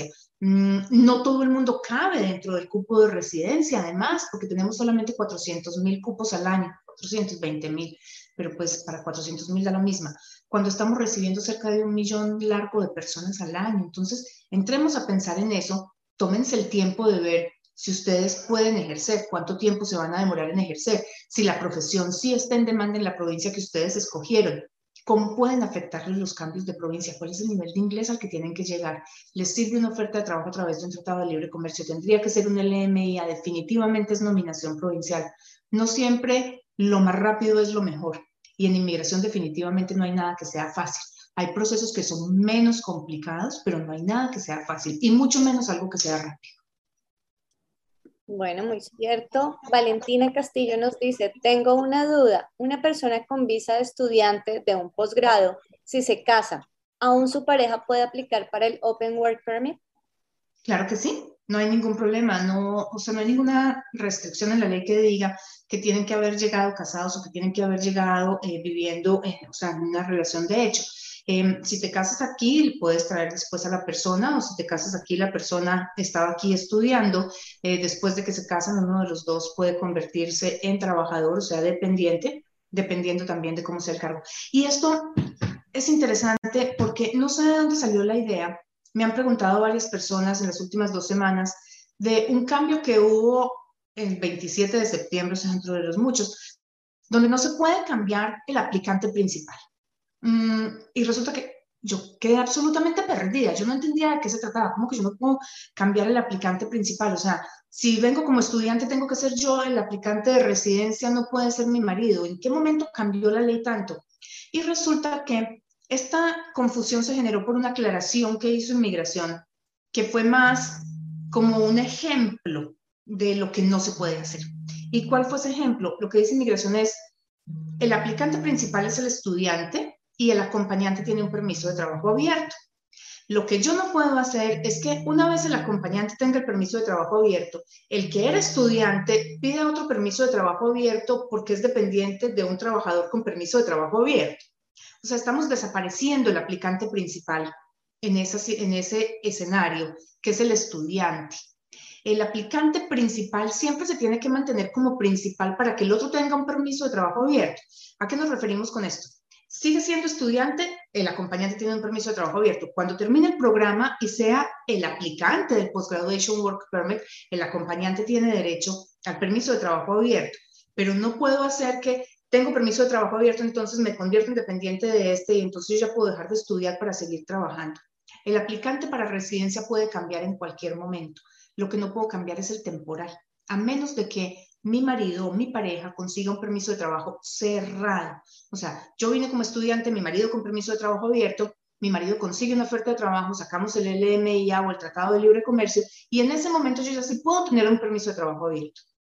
No todo el mundo cabe dentro del cupo de residencia, además, porque tenemos solamente 400,000 cupos al año, 420,000, pero pues para 400,000 da la misma, cuando estamos recibiendo cerca de 1 millón largo de personas al año. Entonces, entremos a pensar en eso, tómense el tiempo de ver si ustedes pueden ejercer, cuánto tiempo se van a demorar en ejercer, si la profesión sí está en demanda en la provincia que ustedes escogieron. ¿Cómo pueden afectarles los cambios de provincia? ¿Cuál es el nivel de inglés al que tienen que llegar? ¿Les sirve una oferta de trabajo a través de un tratado de libre comercio? ¿Tendría que ser un LMIA? Definitivamente es nominación provincial. No siempre lo más rápido es lo mejor. Y en inmigración definitivamente no hay nada que sea fácil. Hay procesos que son menos complicados, pero no hay nada que sea fácil. Y mucho menos algo que sea rápido. Bueno, muy cierto. Valentina Castillo nos dice, tengo una duda. Una persona con visa de estudiante de un posgrado, si se casa, ¿aún su pareja puede aplicar para el Open Work Permit? Claro que sí, no hay ningún problema, no, o sea, no hay ninguna restricción en la ley que diga que tienen que haber llegado casados o que tienen que haber llegado viviendo, o sea, en una relación de hecho. Si te casas aquí, puedes traer después a la persona, o si te casas aquí, la persona estaba aquí estudiando, después de que se casan, uno de los dos puede convertirse en trabajador, o sea, dependiente, dependiendo también de cómo sea el cargo. Y esto es interesante porque no sé de dónde salió la idea. Me han preguntado varias personas en las últimas 2 semanas de un cambio que hubo el 27 de septiembre, o sea, dentro de los muchos, donde no se puede cambiar el aplicante principal. Y resulta que yo quedé absolutamente perdida. Yo no entendía de qué se trataba. ¿Cómo que yo no puedo cambiar el aplicante principal? O sea, si vengo como estudiante, tengo que ser yo el aplicante de residencia, no puede ser mi marido. ¿En qué momento cambió la ley tanto? Y resulta que esta confusión se generó por una aclaración que hizo Inmigración, que fue más como un ejemplo de lo que no se puede hacer. ¿Y cuál fue ese ejemplo? Lo que dice Inmigración es, el aplicante principal es el estudiante y el acompañante tiene un permiso de trabajo abierto. Lo que yo no puedo hacer es que una vez el acompañante tenga el permiso de trabajo abierto, el que era estudiante pida otro permiso de trabajo abierto porque es dependiente de un trabajador con permiso de trabajo abierto. O sea, estamos desapareciendo el aplicante principal en ese escenario, que es el estudiante. El aplicante principal siempre se tiene que mantener como principal para que el otro tenga un permiso de trabajo abierto. ¿A qué nos referimos con esto? Sigue siendo estudiante, el acompañante tiene un permiso de trabajo abierto. Cuando termine el programa y sea el aplicante del Post-Graduation Work Permit, el acompañante tiene derecho al permiso de trabajo abierto. Pero no puedo hacer que tengo permiso de trabajo abierto, entonces me convierto en dependiente de este y entonces yo ya puedo dejar de estudiar para seguir trabajando. El aplicante para residencia puede cambiar en cualquier momento. Lo que no puedo cambiar es el temporal, a menos de que mi marido o mi pareja consiga un permiso de trabajo cerrado. O sea, yo vine como estudiante, mi marido con permiso de trabajo abierto, mi marido consigue una oferta de trabajo, sacamos el LMIA o el Tratado de Libre Comercio y en ese momento yo ya sí puedo tener un permiso de trabajo abierto.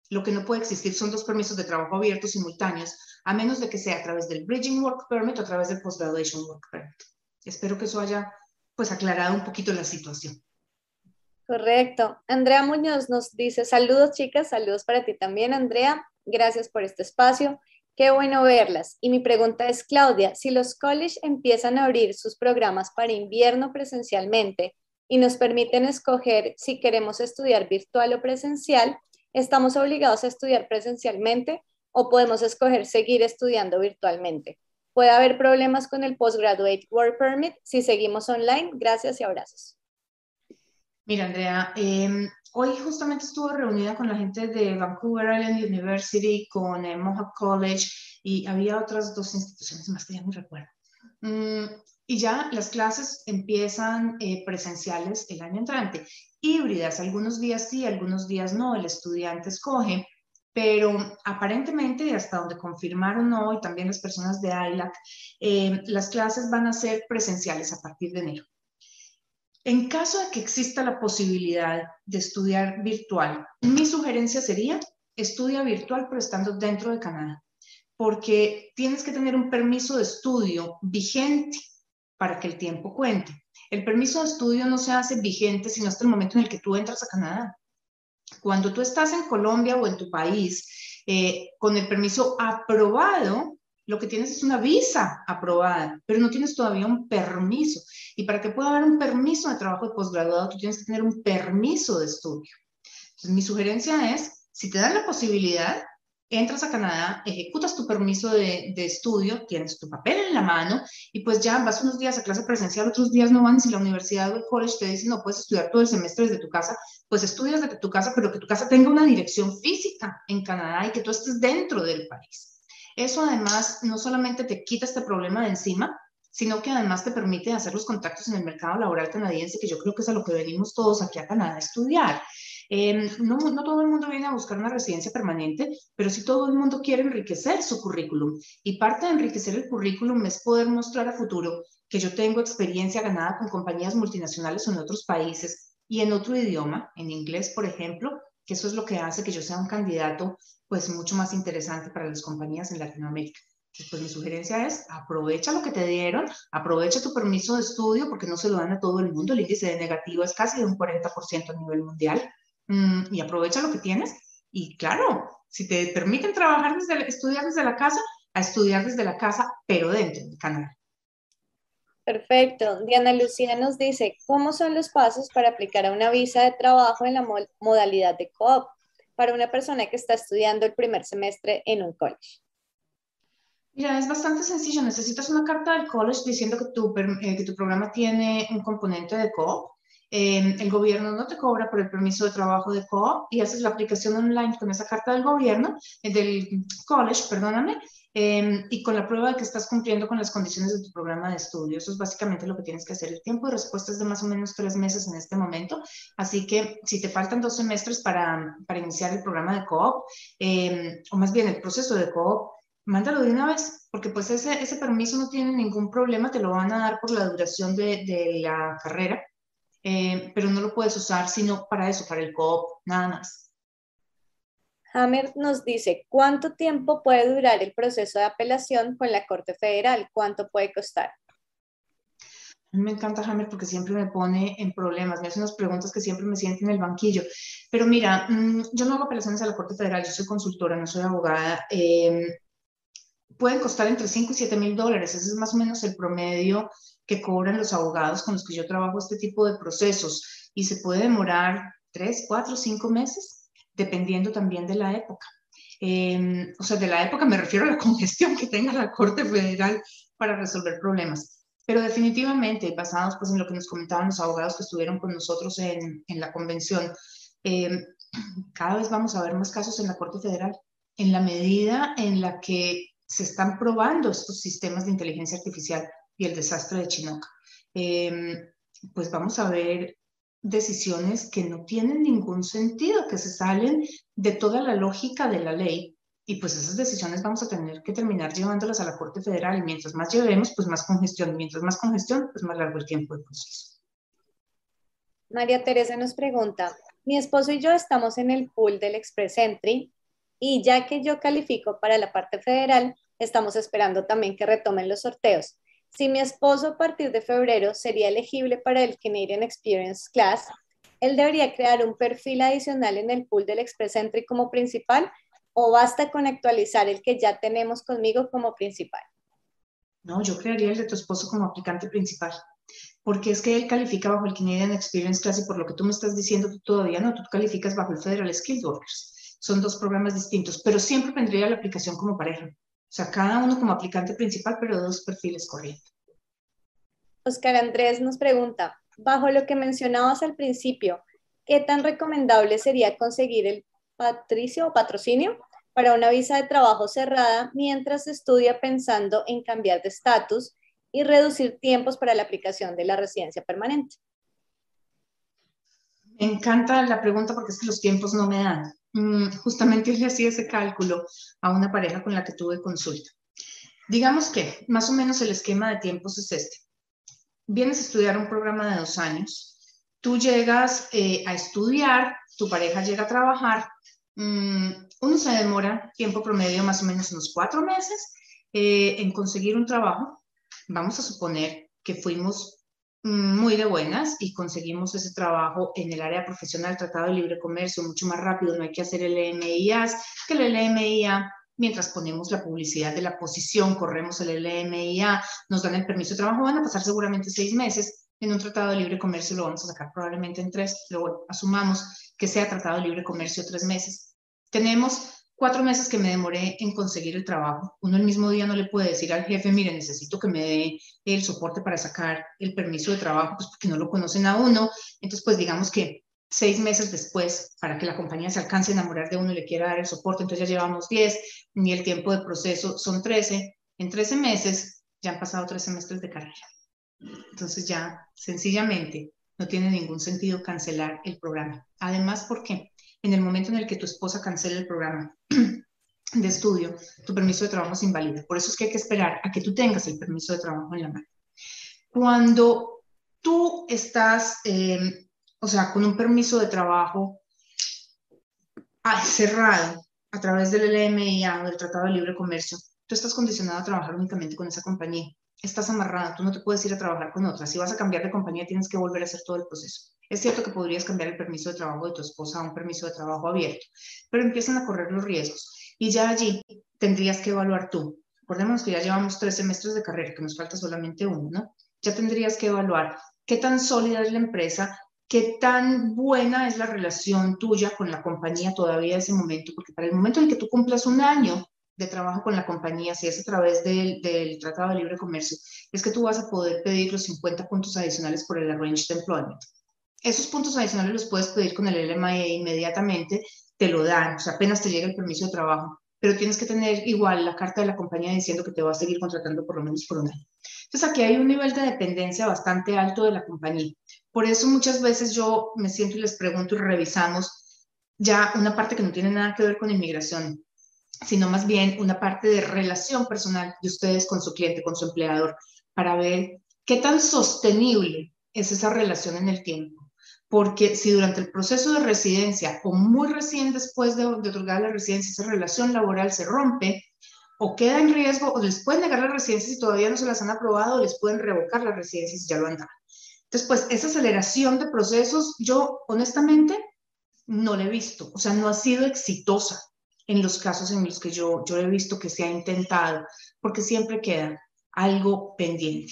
Lo que no puede existir son dos permisos de trabajo abiertos simultáneos, a menos de que sea a través del Bridging Work Permit o a través del Post-Graduation Work Permit. Espero que eso haya pues aclarado un poquito la situación. Correcto. Andrea Muñoz nos dice, saludos chicas, saludos para ti también, Andrea. Gracias por este espacio. Qué bueno verlas. Y mi pregunta es, Claudia, si los colleges empiezan a abrir sus programas para invierno presencialmente y nos permiten escoger si queremos estudiar virtual o presencial, ¿estamos obligados a estudiar presencialmente o podemos escoger seguir estudiando virtualmente? ¿Puede haber problemas con el Postgraduate Work Permit si seguimos online? Gracias y abrazos. Mira, Andrea, hoy justamente estuve reunida con la gente de Vancouver Island University, con Mohawk College y había otras dos instituciones más que ya no recuerdo. Y ya las clases empiezan presenciales el año entrante, híbridas, algunos días sí, algunos días no, el estudiante escoge, pero aparentemente, hasta donde confirmaron hoy, también las personas de ILAC, las clases van a ser presenciales a partir de enero. En caso de que exista la posibilidad de estudiar virtual, mi sugerencia sería estudia virtual pero estando dentro de Canadá, porque tienes que tener un permiso de estudio vigente para que el tiempo cuente. El permiso de estudio no se hace vigente sino hasta el momento en el que tú entras a Canadá. Cuando tú estás en Colombia o en tu país con el permiso aprobado, lo que tienes es una visa aprobada, pero no tienes todavía un permiso. Y para que pueda haber un permiso de trabajo de posgraduado, tú tienes que tener un permiso de estudio. Entonces, mi sugerencia es, si te dan la posibilidad, entras a Canadá, ejecutas tu permiso de estudio, tienes tu papel en la mano y pues ya vas unos días a clase presencial, otros días no van. Si la universidad o el college te dice no puedes estudiar todo el semestre desde tu casa, pues estudias desde tu casa, pero que tu casa tenga una dirección física en Canadá y que tú estés dentro del país. Eso además no solamente te quita este problema de encima, sino que además te permite hacer los contactos en el mercado laboral canadiense, que yo creo que es a lo que venimos todos aquí a Canadá a estudiar. No todo el mundo viene a buscar una residencia permanente, pero sí todo el mundo quiere enriquecer su currículum. Y parte de enriquecer el currículum es poder mostrar a futuro que yo tengo experiencia ganada con compañías multinacionales en otros países y en otro idioma, en inglés, por ejemplo, que eso es lo que hace que yo sea un candidato pues mucho más interesante para las compañías en Latinoamérica. Entonces, pues mi sugerencia es aprovecha lo que te dieron, aprovecha tu permiso de estudio porque no se lo dan a todo el mundo, el índice de negativo es casi de un 40% a nivel mundial, y aprovecha lo que tienes y claro, si te permiten trabajar estudiar desde la casa, a estudiar desde la casa, pero dentro de Canadá. Perfecto. Diana Lucía nos dice, ¿cómo son los pasos para aplicar a una visa de trabajo en la modalidad de co-op para una persona que está estudiando el primer semestre en un college? Mira, es bastante sencillo. Necesitas una carta del college diciendo que tu programa tiene un componente de co-op. El gobierno no te cobra por el permiso de trabajo de co-op y haces la aplicación online con esa carta del gobierno, del college, perdóname, y con la prueba de que estás cumpliendo con las condiciones de tu programa de estudio. Eso es básicamente lo que tienes que hacer. El tiempo de respuesta es de más o menos 3 meses en este momento, así que si te faltan 2 semestres para iniciar el programa de co-op, o más bien el proceso de co-op, mándalo de una vez, porque pues ese permiso no tiene ningún problema, te lo van a dar por la duración de la carrera, pero no lo puedes usar sino para eso, para el co-op, nada más. Hammer nos dice, ¿cuánto tiempo puede durar el proceso de apelación con la Corte Federal? ¿Cuánto puede costar? A mí me encanta Hammer porque siempre me pone en problemas, me hace unas preguntas que siempre me sienten en el banquillo. Pero mira, yo no hago apelaciones a la Corte Federal, yo soy consultora, no soy abogada. Pueden costar entre 5 y 7 mil dólares. Ese es más o menos el promedio que cobran los abogados con los que yo trabajo este tipo de procesos. Y se puede demorar 3, 4, 5 meses, dependiendo también de la época. O sea, de la época me refiero a la congestión que tenga la Corte Federal para resolver problemas. Pero definitivamente, basados pues, en lo que nos comentaban los abogados que estuvieron con nosotros en la convención, cada vez vamos a ver más casos en la Corte Federal. En la medida en la que se están probando estos sistemas de inteligencia artificial y el desastre de Chinook, pues vamos a ver decisiones que no tienen ningún sentido, que se salen de toda la lógica de la ley, y pues esas decisiones vamos a tener que terminar llevándolas a la Corte Federal, y mientras más llevemos, pues más congestión, y mientras más congestión, pues más largo el tiempo de proceso. María Teresa nos pregunta, mi esposo y yo estamos en el pool del Express Entry Y ya que yo califico para la parte federal, estamos esperando también que retomen los sorteos. Si mi esposo a partir de febrero sería elegible para el Canadian Experience Class, ¿él debería crear un perfil adicional en el pool del Express Entry como principal o basta con actualizar el que ya tenemos conmigo como principal? No, yo crearía el de tu esposo como aplicante principal, porque es que él califica bajo el Canadian Experience Class y por lo que tú me estás diciendo, tú todavía no, tú calificas bajo el Federal Skilled Workers. Son dos programas distintos, pero siempre vendría la aplicación como pareja. O sea, cada uno como aplicante principal, pero dos perfiles corriendo. Oscar Andrés nos pregunta, bajo lo que mencionabas al principio, ¿qué tan recomendable sería conseguir el patricio o patrocinio para una visa de trabajo cerrada mientras se estudia pensando en cambiar de estatus y reducir tiempos para la aplicación de la residencia permanente? Me encanta la pregunta porque es que los tiempos no me dan. Justamente le hacía ese cálculo a una pareja con la que tuve consulta. Digamos que más o menos el esquema de tiempos es este. Vienes a estudiar un programa de 2 años, tú llegas a estudiar, tu pareja llega a trabajar, uno se demora tiempo promedio más o menos unos 4 meses en conseguir un trabajo. Vamos a suponer que fuimos muy de buenas y conseguimos ese trabajo en el área profesional, Tratado de Libre Comercio, mucho más rápido, no hay que hacer el LMIA, que el LMIA, mientras ponemos la publicidad de la posición, corremos el LMIA, nos dan el permiso de trabajo, van a pasar seguramente 6 meses, en un Tratado de Libre Comercio lo vamos a sacar probablemente en 3, luego asumamos que sea Tratado de Libre Comercio 3 meses. Tenemos 4 meses que me demoré en conseguir el trabajo. Uno el mismo día no le puede decir al jefe, mire, necesito que me dé el soporte para sacar el permiso de trabajo, pues porque no lo conocen a uno. Entonces, pues digamos que 6 meses después, para que la compañía se alcance a enamorar de uno y le quiera dar el soporte, entonces ya llevamos 10, y el tiempo de proceso son 13. En 13 meses ya han pasado 3 semestres de carrera. Entonces ya, sencillamente, no tiene ningún sentido cancelar el programa. Además, ¿por qué? En el momento en el que tu esposa cancele el programa de estudio, tu permiso de trabajo se invalida. Por eso es que hay que esperar a que tú tengas el permiso de trabajo en la mano. Cuando tú estás, o sea, con un permiso de trabajo cerrado a través del LMIA o del Tratado de Libre Comercio, tú estás condicionado a trabajar únicamente con esa compañía. Estás amarrada, tú no te puedes ir a trabajar con otra. Si vas a cambiar de compañía, tienes que volver a hacer todo el proceso. Es cierto que podrías cambiar el permiso de trabajo de tu esposa a un permiso de trabajo abierto, pero empiezan a correr los riesgos y ya allí tendrías que evaluar tú. Recordemos que ya llevamos 3 semestres de carrera, que nos falta solamente uno, ¿no? Ya tendrías que evaluar qué tan sólida es la empresa, qué tan buena es la relación tuya con la compañía todavía en ese momento, porque para el momento en que tú cumplas 1 año de trabajo con la compañía, si es a través del Tratado de Libre Comercio, es que tú vas a poder pedir los 50 puntos adicionales por el Arranged Employment. Esos puntos adicionales los puedes pedir con el LMIA inmediatamente, te lo dan, o sea, apenas te llega el permiso de trabajo, pero tienes que tener igual la carta de la compañía diciendo que te va a seguir contratando por lo menos por 1 año. Entonces aquí hay un nivel de dependencia bastante alto de la compañía. Por eso muchas veces yo me siento y les pregunto y revisamos ya una parte que no tiene nada que ver con inmigración, sino más bien una parte de relación personal de ustedes con su cliente, con su empleador, para ver qué tan sostenible es esa relación en el tiempo. Porque si durante el proceso de residencia o muy recién después de otorgar la residencia esa relación laboral se rompe o queda en riesgo o les pueden negar la residencia si todavía no se las han aprobado o les pueden revocar la residencia si ya lo han dado. Entonces, pues esa aceleración de procesos yo honestamente no la he visto, o sea, no ha sido exitosa en los casos en los que yo he visto que se ha intentado, porque siempre queda algo pendiente.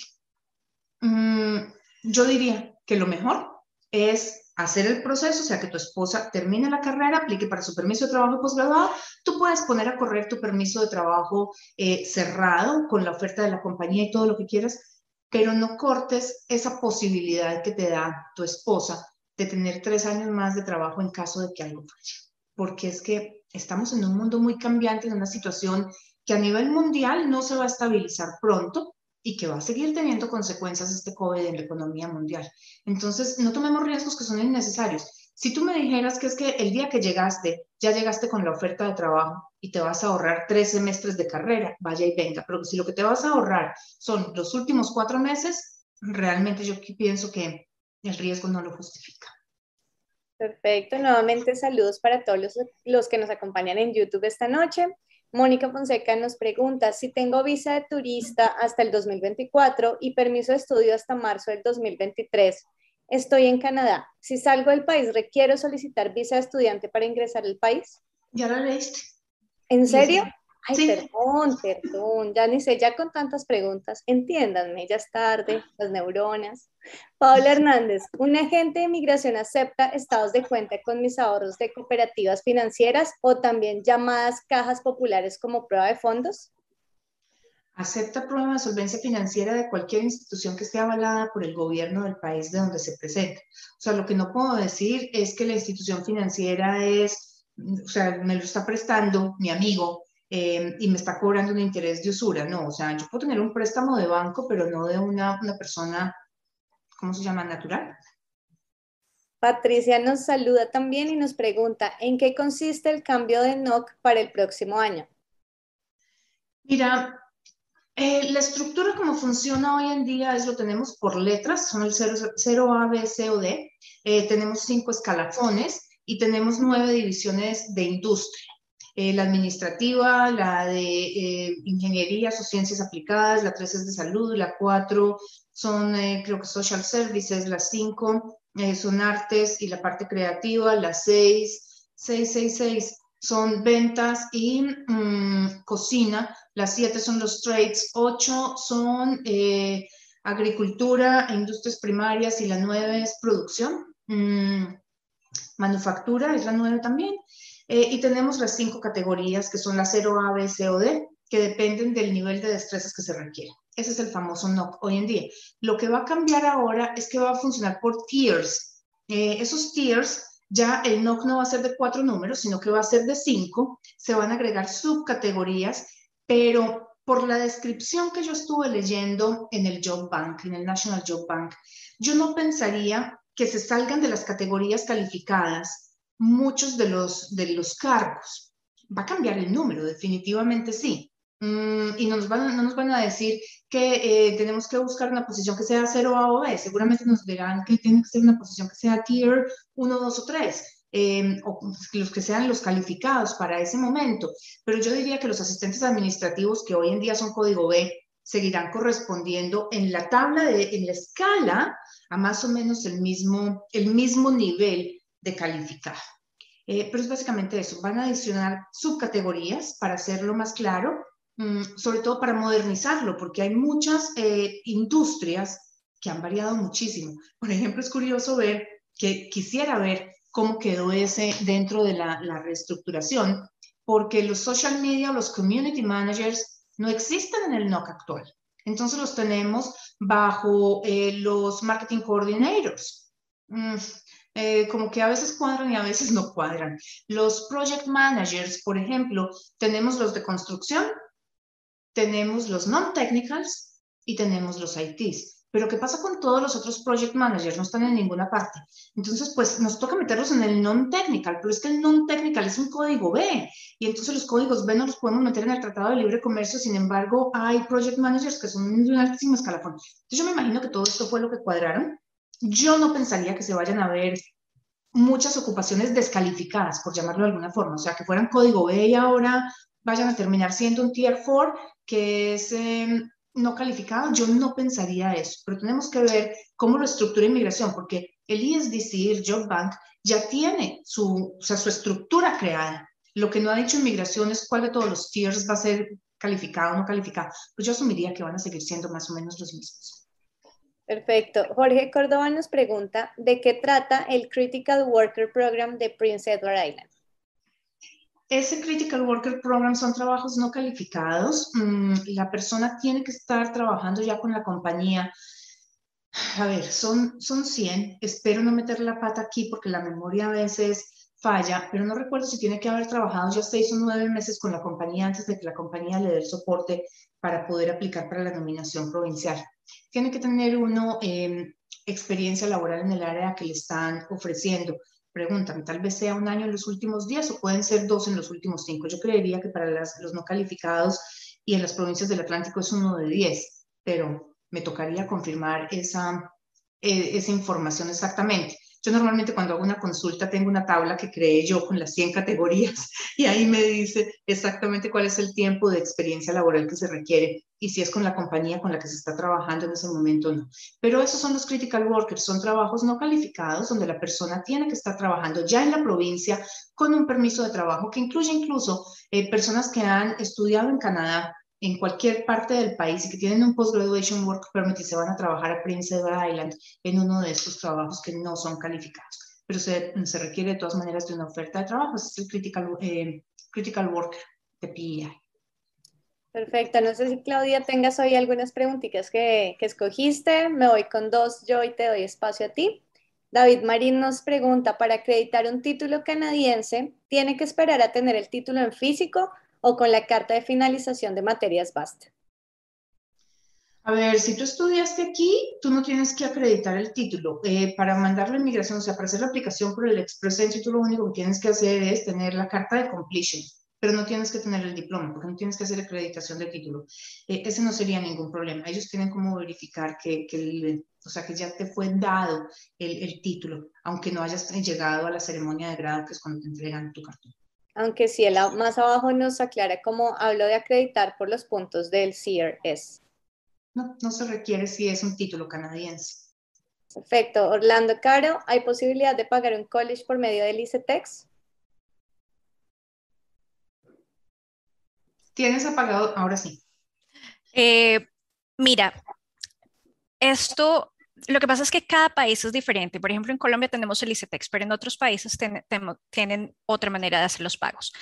Yo diría que lo mejor es hacer el proceso, o sea, que tu esposa termine la carrera, aplique para su permiso de trabajo posgraduado, tú puedes poner a correr tu permiso de trabajo cerrado con la oferta de la compañía y todo lo que quieras, pero no cortes esa posibilidad que te da tu esposa de tener 3 años más de trabajo en caso de que algo falle. Porque es que estamos en un mundo muy cambiante, en una situación que a nivel mundial no se va a estabilizar pronto y que va a seguir teniendo consecuencias este COVID en la economía mundial. Entonces, no tomemos riesgos que son innecesarios. Si tú me dijeras que es que el día que llegaste, ya llegaste con la oferta de trabajo y te vas a ahorrar 3 semestres de carrera, vaya y venga. Pero si lo que te vas a ahorrar son los últimos 4 meses, realmente yo pienso que el riesgo no lo justifica. Perfecto, nuevamente saludos para todos los que nos acompañan en YouTube esta noche. Mónica Fonseca nos pregunta, si tengo visa de turista hasta el 2024 y permiso de estudio hasta marzo del 2023, estoy en Canadá. Si salgo del país, ¿requiero solicitar visa de estudiante para ingresar al país? ¿Ya la leíste? ¿En serio? Ay, Sí. perdón, ya ni sé, ya con tantas preguntas, entiéndanme, ya es tarde, las neuronas. Paola Hernández, ¿un agente de inmigración acepta estados de cuenta con mis ahorros de cooperativas financieras o también llamadas cajas populares como prueba de fondos? Acepta prueba de solvencia financiera de cualquier institución que esté avalada por el gobierno del país de donde se presenta. O sea, lo que no puedo decir es que la institución financiera es, o sea, me lo está prestando mi amigo y me está cobrando un interés de usura. No, o sea, yo puedo tener un préstamo de banco, pero no de una persona, ¿cómo se llama? Natural. Patricia nos saluda también y nos pregunta, ¿en qué consiste el cambio de NOC para el próximo año? Mira, la estructura como funciona hoy en día es lo tenemos por letras, son el 0 A, B, C o D. Tenemos 5 escalafones y tenemos 9 divisiones de industria. La administrativa, la de ingenierías o ciencias aplicadas, la 3 es de salud, la 4 son creo que social services, las 5 son artes y la parte creativa, las 6 son ventas y cocina, las 7 son los trades, 8 son agricultura e industrias primarias y la 9 es producción. Manufactura es la 9 también. Y tenemos las 5 categorías que son las 0 A, B, C o D, que dependen del nivel de destrezas que se requiere. Ese es el famoso NOC hoy en día. Lo que va a cambiar ahora es que va a funcionar por tiers. Esos tiers, ya el NOC no va a ser de 4 números, sino que va a ser de 5. Se van a agregar subcategorías, pero por la descripción que yo estuve leyendo en el Job Bank, en el National Job Bank, yo no pensaría que se salgan de las categorías calificadas muchos de los cargos. Va a cambiar el número, definitivamente sí. Y no nos van a decir que tenemos que buscar una posición que sea 0A o B. Seguramente nos dirán que tiene que ser una posición que sea tier 1, 2 o 3. O los que sean los calificados para ese momento. Pero yo diría que los asistentes administrativos que hoy en día son código B seguirán correspondiendo en la tabla, en la escala, a más o menos el mismo nivel de calificado. Pero es básicamente eso. Van a adicionar subcategorías para hacerlo más claro, sobre todo para modernizarlo, porque hay muchas industrias que han variado muchísimo. Por ejemplo, es curioso ver, que quisiera ver cómo quedó ese dentro de la reestructuración, porque los social media o los community managers no existen en el NOC actual. Entonces los tenemos bajo los marketing coordinators. Como que a veces cuadran y a veces no cuadran. Los project managers, por ejemplo, tenemos los de construcción, tenemos los non-technicals y tenemos los ITs. Pero ¿qué pasa con todos los otros project managers? No están en ninguna parte. Entonces, pues nos toca meterlos en el non-technical, pero es que el non-technical es un código B y entonces los códigos B no los podemos meter en el Tratado de Libre Comercio. Sin embargo, hay project managers que son de un altísimo escalafón. Entonces, yo me imagino que todo esto fue lo que cuadraron. Yo no pensaría que se vayan a ver muchas ocupaciones descalificadas, por llamarlo de alguna forma, o sea, que fueran código B y ahora vayan a terminar siendo un tier 4, que es no calificado. Yo no pensaría eso, pero tenemos que ver cómo lo estructura inmigración, porque el ISDC, el Job Bank, ya tiene su estructura creada. Lo que no ha dicho inmigración es cuál de todos los tiers va a ser calificado o no calificado. Pues yo asumiría que van a seguir siendo más o menos los mismos. Perfecto. Jorge Córdoba nos pregunta, ¿de qué trata el Critical Worker Program de Prince Edward Island? Ese Critical Worker Program son trabajos no calificados. La persona tiene que estar trabajando ya con la compañía. A ver, son 100. Espero no meter la pata aquí porque la memoria a veces falla, pero no recuerdo si tiene que haber trabajado ya 6 o 9 meses con la compañía antes de que la compañía le dé el soporte para poder aplicar para la nominación provincial. Tiene que tener uno experiencia laboral en el área que le están ofreciendo. Pregúntame, tal vez sea 1 año en los últimos 10 o pueden ser 2 en los últimos 5. Yo creería que para los no calificados y en las provincias del Atlántico es 1 de 10, pero me tocaría confirmar esa información exactamente. Yo normalmente cuando hago una consulta tengo una tabla que creé yo con las 100 categorías y ahí me dice exactamente cuál es el tiempo de experiencia laboral que se requiere y si es con la compañía con la que se está trabajando en ese momento o no. Pero esos son los critical workers, son trabajos no calificados donde la persona tiene que estar trabajando ya en la provincia con un permiso de trabajo que incluye incluso personas que han estudiado en Canadá, en cualquier parte del país y que tienen un Post-Graduation Work Permit y se van a trabajar a Prince Edward Island en uno de estos trabajos que no son calificados. Pero se requiere de todas maneras de una oferta de trabajo. Ese es el critical worker de PEI. Perfecto. No sé si Claudia tengas hoy algunas preguntitas que escogiste. Me voy con dos yo y te doy espacio a ti. David Marín nos pregunta, para acreditar un título canadiense, ¿tiene que esperar a tener el título en físico o con la carta de finalización de materias basta? A ver, si tú estudiaste aquí, tú no tienes que acreditar el título. Para mandarlo a inmigración, o sea, para hacer la aplicación por el Express Entry, tú lo único que tienes que hacer es tener la carta de completion, pero no tienes que tener el diploma, porque no tienes que hacer acreditación de título. Ese no sería ningún problema. Ellos tienen como verificar o sea, que ya te fue dado el título, aunque no hayas llegado a la ceremonia de grado, que es cuando te entregan tu cartón. Aunque sí, más abajo nos aclara cómo hablo de acreditar por los puntos del CRS. No se requiere si es un título canadiense. Perfecto. Orlando Caro, ¿hay posibilidad de pagar un college por medio del ICETEX? ¿Tienes apagado? Ahora sí. Mira, lo que pasa es que cada país es diferente. Por ejemplo, en Colombia tenemos el ICETEX, pero en otros países tienen otra manera de hacer los pagos.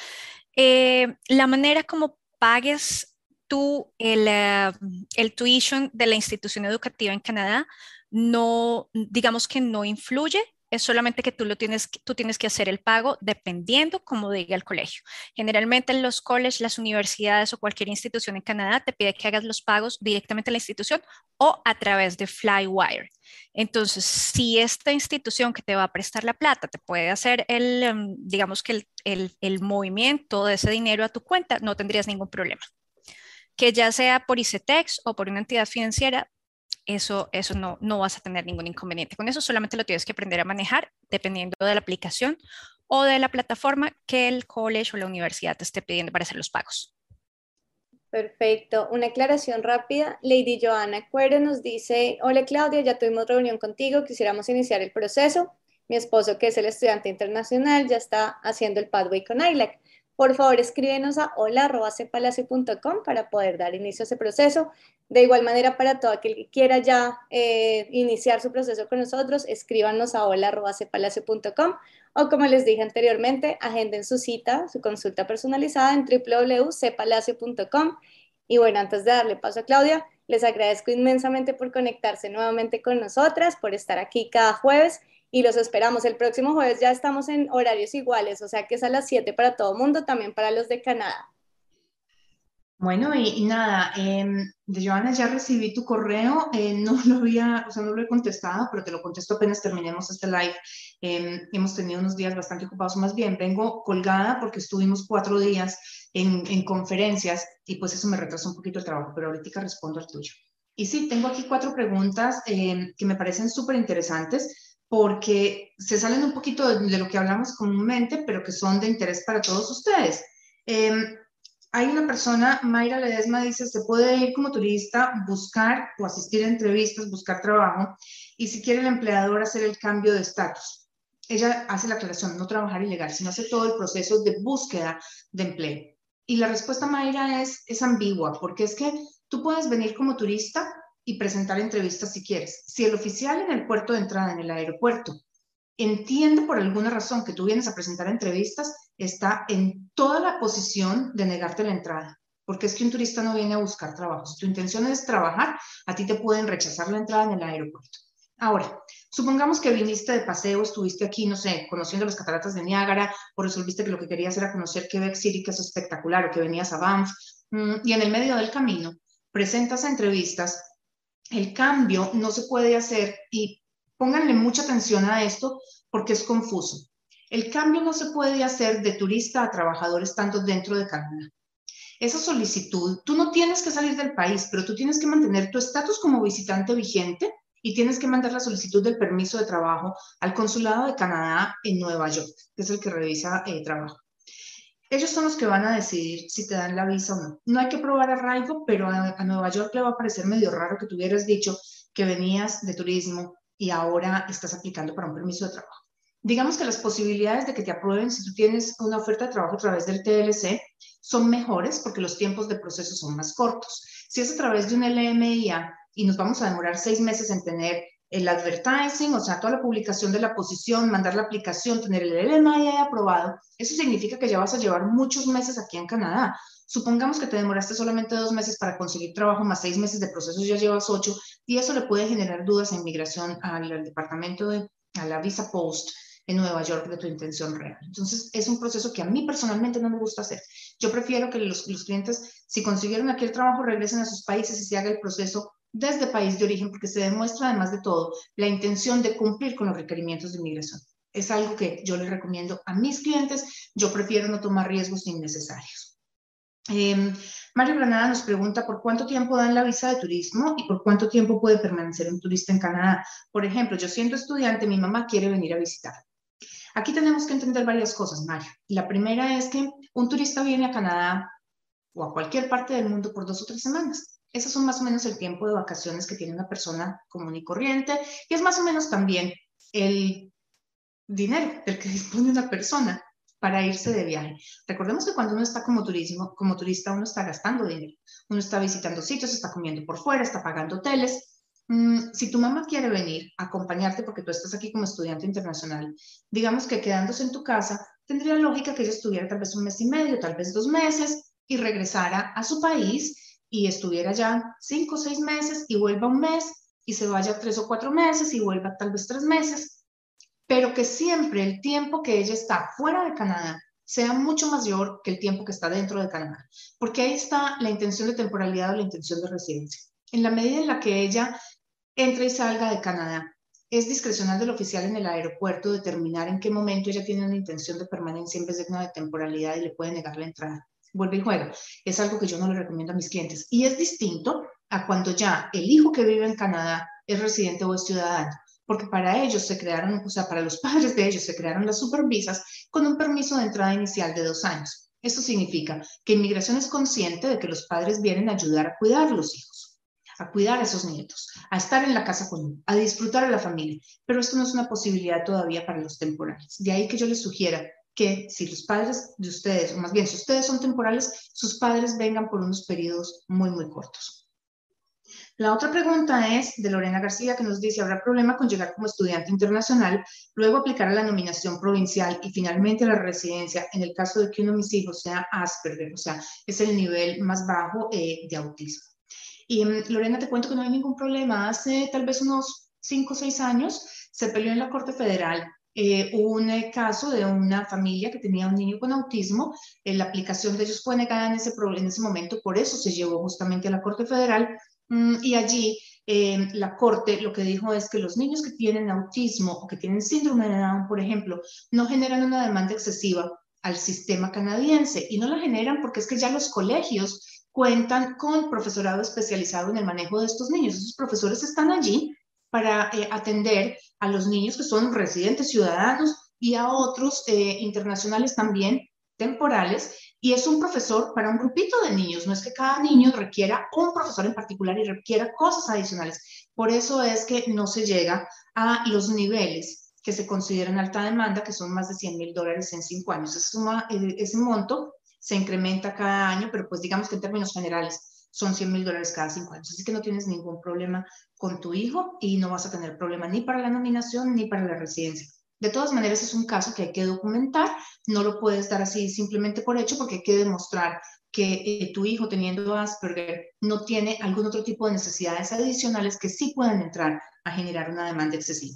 La manera como pagues tú el tuition de la institución educativa en Canadá no, digamos que no influye. Es solamente que tú tienes que hacer el pago dependiendo cómo diga el colegio. Generalmente en los colleges, las universidades o cualquier institución en Canadá te pide que hagas los pagos directamente a la institución o a través de Flywire. Entonces, si esta institución que te va a prestar la plata te puede hacer digamos que el movimiento de ese dinero a tu cuenta, no tendrías ningún problema. Que ya sea por ICETEX o por una entidad financiera, eso no vas a tener ningún inconveniente. Con eso solamente lo tienes que aprender a manejar dependiendo de la aplicación o de la plataforma que el college o la universidad te esté pidiendo para hacer los pagos. Perfecto. Una aclaración rápida. Lady Joana Cuero nos dice, hola Claudia, ya tuvimos reunión contigo, quisiéramos iniciar el proceso. Mi esposo, que es el estudiante internacional, ya está haciendo el pathway con ILAC. Por favor, escríbenos a hola@cepalacio.com para poder dar inicio a ese proceso. De igual manera, para todo aquel que quiera ya iniciar su proceso con nosotros, escríbanos a hola@cepalacio.com o, como les dije anteriormente, agenden su cita, su consulta personalizada en www.cepalacio.com. Y bueno, antes de darle paso a Claudia, les agradezco inmensamente por conectarse nuevamente con nosotras, por estar aquí cada jueves. Y los esperamos el próximo jueves. Ya estamos en horarios iguales, o sea que es a las 7 para todo mundo, también para los de Canadá. Bueno, y nada, de Joana, ya recibí tu correo, no lo he contestado, pero te lo contesto apenas terminemos este live. Hemos tenido unos días bastante ocupados, más bien vengo colgada porque estuvimos 4 días en conferencias y pues eso me retrasó un poquito el trabajo, pero ahorita respondo al tuyo. Y sí, tengo aquí 4 preguntas que me parecen súper interesantes porque se salen un poquito de lo que hablamos comúnmente, pero que son de interés para todos ustedes. Hay una persona, Mayra Ledesma, dice, se puede ir como turista, buscar o asistir a entrevistas, buscar trabajo, y si quiere el empleador hacer el cambio de estatus. Ella hace la aclaración, no trabajar ilegal, sino hace todo el proceso de búsqueda de empleo. Y la respuesta, Mayra, es ambigua, porque es que tú puedes venir como turista y presentar entrevistas si quieres. Si el oficial en el puerto de entrada, en el aeropuerto, entiende por alguna razón que tú vienes a presentar entrevistas, está en toda la posición de negarte la entrada, porque es que un turista no viene a buscar trabajo. Si tu intención es trabajar, a ti te pueden rechazar la entrada en el aeropuerto. Ahora, supongamos que viniste de paseo, estuviste aquí, no sé, conociendo las cataratas de Niágara, o resolviste que lo que querías era conocer Quebec City, que es espectacular, o que venías a Banff, y en el medio del camino presentas entrevistas. El cambio no se puede hacer, y pónganle mucha atención a esto porque es confuso. El cambio no se puede hacer de turista a trabajador estando dentro de Canadá. Esa solicitud, tú no tienes que salir del país, pero tú tienes que mantener tu estatus como visitante vigente y tienes que mandar la solicitud del permiso de trabajo al Consulado de Canadá en Nueva York, que es el que revisa trabajo. Ellos son los que van a decidir si te dan la visa o no. No hay que probar arraigo, pero a Nueva York le va a parecer medio raro que tú hubieras dicho que venías de turismo y ahora estás aplicando para un permiso de trabajo. Digamos que las posibilidades de que te aprueben si tú tienes una oferta de trabajo a través del TLC son mejores porque los tiempos de proceso son más cortos. Si es a través de un LMIA y nos vamos a demorar 6 meses en tener el advertising, o sea, toda la publicación de la posición, mandar la aplicación, tener el LMIA aprobado, eso significa que ya vas a llevar muchos meses aquí en Canadá. Supongamos que te demoraste solamente 2 meses para conseguir trabajo, más 6 meses de proceso, ya llevas 8, y eso le puede generar dudas a inmigración, al departamento a la Visa Post en Nueva York de tu intención real. Entonces, es un proceso que a mí personalmente no me gusta hacer. Yo prefiero que los clientes, si consiguieron aquí el trabajo, regresen a sus países y se haga el proceso desde país de origen, porque se demuestra, además de todo, la intención de cumplir con los requerimientos de inmigración. Es algo que yo les recomiendo a mis clientes. Yo prefiero no tomar riesgos innecesarios. Mario Granada nos pregunta por cuánto tiempo dan la visa de turismo y por cuánto tiempo puede permanecer un turista en Canadá. Por ejemplo, yo siendo estudiante, mi mamá quiere venir a visitar. Aquí tenemos que entender varias cosas, Mario. La primera es que un turista viene a Canadá o a cualquier parte del mundo por 2 o 3 semanas. Esos son más o menos el tiempo de vacaciones que tiene una persona común y corriente, y es más o menos también el dinero del que dispone una persona para irse de viaje. Recordemos que cuando uno está como turista, uno está gastando dinero. Uno está visitando sitios, está comiendo por fuera, está pagando hoteles. Si tu mamá quiere venir a acompañarte porque tú estás aquí como estudiante internacional, digamos que quedándose en tu casa, tendría lógica que ella estuviera tal vez 1 mes y medio, tal vez 2 meses, y regresara a su país y estuviera ya 5 o 6 meses y vuelva 1 mes y se vaya 3 o 4 meses y vuelva tal vez 3 meses, pero que siempre el tiempo que ella está fuera de Canadá sea mucho mayor que el tiempo que está dentro de Canadá, porque ahí está la intención de temporalidad o la intención de residencia. En la medida en la que ella entre y salga de Canadá, es discrecional del oficial en el aeropuerto determinar en qué momento ella tiene una intención de permanencia en vez de una de temporalidad y le puede negar la entrada. Vuelve y juega. Es algo que yo no le recomiendo a mis clientes. Y es distinto a cuando ya el hijo que vive en Canadá es residente o es ciudadano, porque para ellos se crearon, o sea, para los padres de ellos se crearon las supervisas con un permiso de entrada inicial de 2 años. Esto significa que inmigración es consciente de que los padres vienen a ayudar a cuidar a los hijos, a cuidar a esos nietos, a estar en la casa con uno, a disfrutar a la familia, pero esto no es una posibilidad todavía para los temporales. De ahí que yo les sugiera que si los padres de ustedes, o más bien si ustedes son temporales, sus padres vengan por unos periodos muy, muy cortos. La otra pregunta es de Lorena García, que nos dice, ¿habrá problema con llegar como estudiante internacional, luego aplicar a la nominación provincial y finalmente a la residencia en el caso de que uno de mis hijos sea Asperger, o sea, es el nivel más bajo de autismo? Y Lorena, te cuento que no hay ningún problema. Hace tal vez unos 5 o 6 años se peleó en la Corte Federal un caso de una familia que tenía un niño con autismo. La aplicación de ellos fue negada en ese momento, por eso se llevó justamente a la Corte Federal. Y allí la Corte lo que dijo es que los niños que tienen autismo o que tienen síndrome de Down, por ejemplo, no generan una demanda excesiva al sistema canadiense, y no la generan porque es que ya los colegios cuentan con profesorado especializado en el manejo de estos niños. Esos profesores están allí para atender a los niños que son residentes ciudadanos y a otros internacionales también temporales, y es un profesor para un grupito de niños. No es que cada niño requiera un profesor en particular y requiera cosas adicionales. Por eso es que no se llega a los niveles que se consideran alta demanda, que son más de $100,000 en 5 años. Ese monto se incrementa cada año, pero pues digamos que en términos generales son $100,000 cada 5 años. Así que no tienes ningún problema con tu hijo y no vas a tener problema ni para la nominación ni para la residencia. De todas maneras, es un caso que hay que documentar. No lo puedes dar así simplemente por hecho, porque hay que demostrar que tu hijo, teniendo Asperger, no tiene algún otro tipo de necesidades adicionales que sí puedan entrar a generar una demanda excesiva.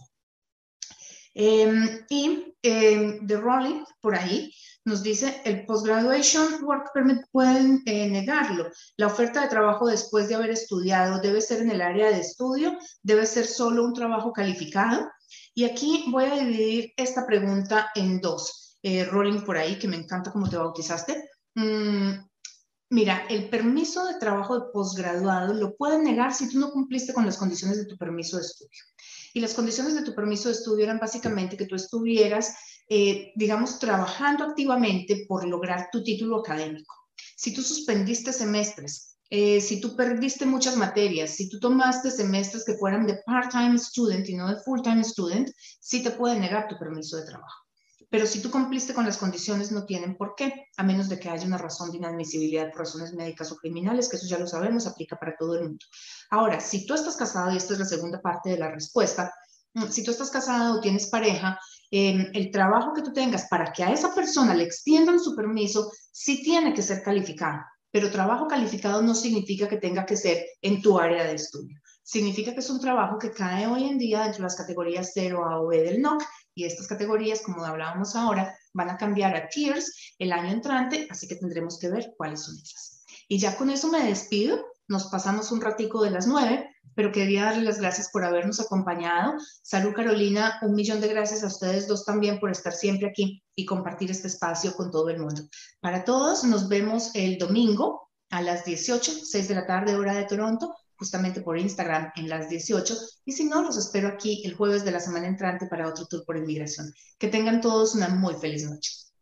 De Rolling, por ahí, nos dice, el Postgraduation Work Permit pueden negarlo. La oferta de trabajo después de haber estudiado debe ser en el área de estudio, debe ser solo un trabajo calificado. Y aquí voy a dividir esta pregunta en dos. Rolling, por ahí, que me encanta cómo te bautizaste. Mira, el permiso de trabajo de posgraduado lo pueden negar si tú no cumpliste con las condiciones de tu permiso de estudio. Y las condiciones de tu permiso de estudio eran básicamente que tú estuvieras, digamos, trabajando activamente por lograr tu título académico. Si tú suspendiste semestres, si tú perdiste muchas materias, si tú tomaste semestres que fueran de part-time student y no de full-time student, sí te pueden negar tu permiso de trabajo. Pero si tú cumpliste con las condiciones, no tienen por qué, a menos de que haya una razón de inadmisibilidad por razones médicas o criminales, que eso ya lo sabemos, aplica para todo el mundo. Ahora, si tú estás casado, y esta es la segunda parte de la respuesta, si tú estás casado o tienes pareja, el trabajo que tú tengas para que a esa persona le extiendan su permiso, sí tiene que ser calificado. Pero trabajo calificado no significa que tenga que ser en tu área de estudio. Significa que es un trabajo que cae hoy en día dentro de las categorías 0A o B del NOC, y estas categorías, como hablábamos ahora, van a cambiar a tiers el año entrante, así que tendremos que ver cuáles son esas. Y ya con eso me despido. Nos pasamos un ratico de las 9, pero quería darles las gracias por habernos acompañado. Salud, Carolina, 1.000.000 de gracias a ustedes dos también por estar siempre aquí y compartir este espacio con todo el mundo. Para todos, nos vemos el domingo a las 18, 6 de la tarde, hora de Toronto, justamente por Instagram en las 18, y si no, los espero aquí el jueves de la semana entrante para otro tour por inmigración. Que tengan todos una muy feliz noche.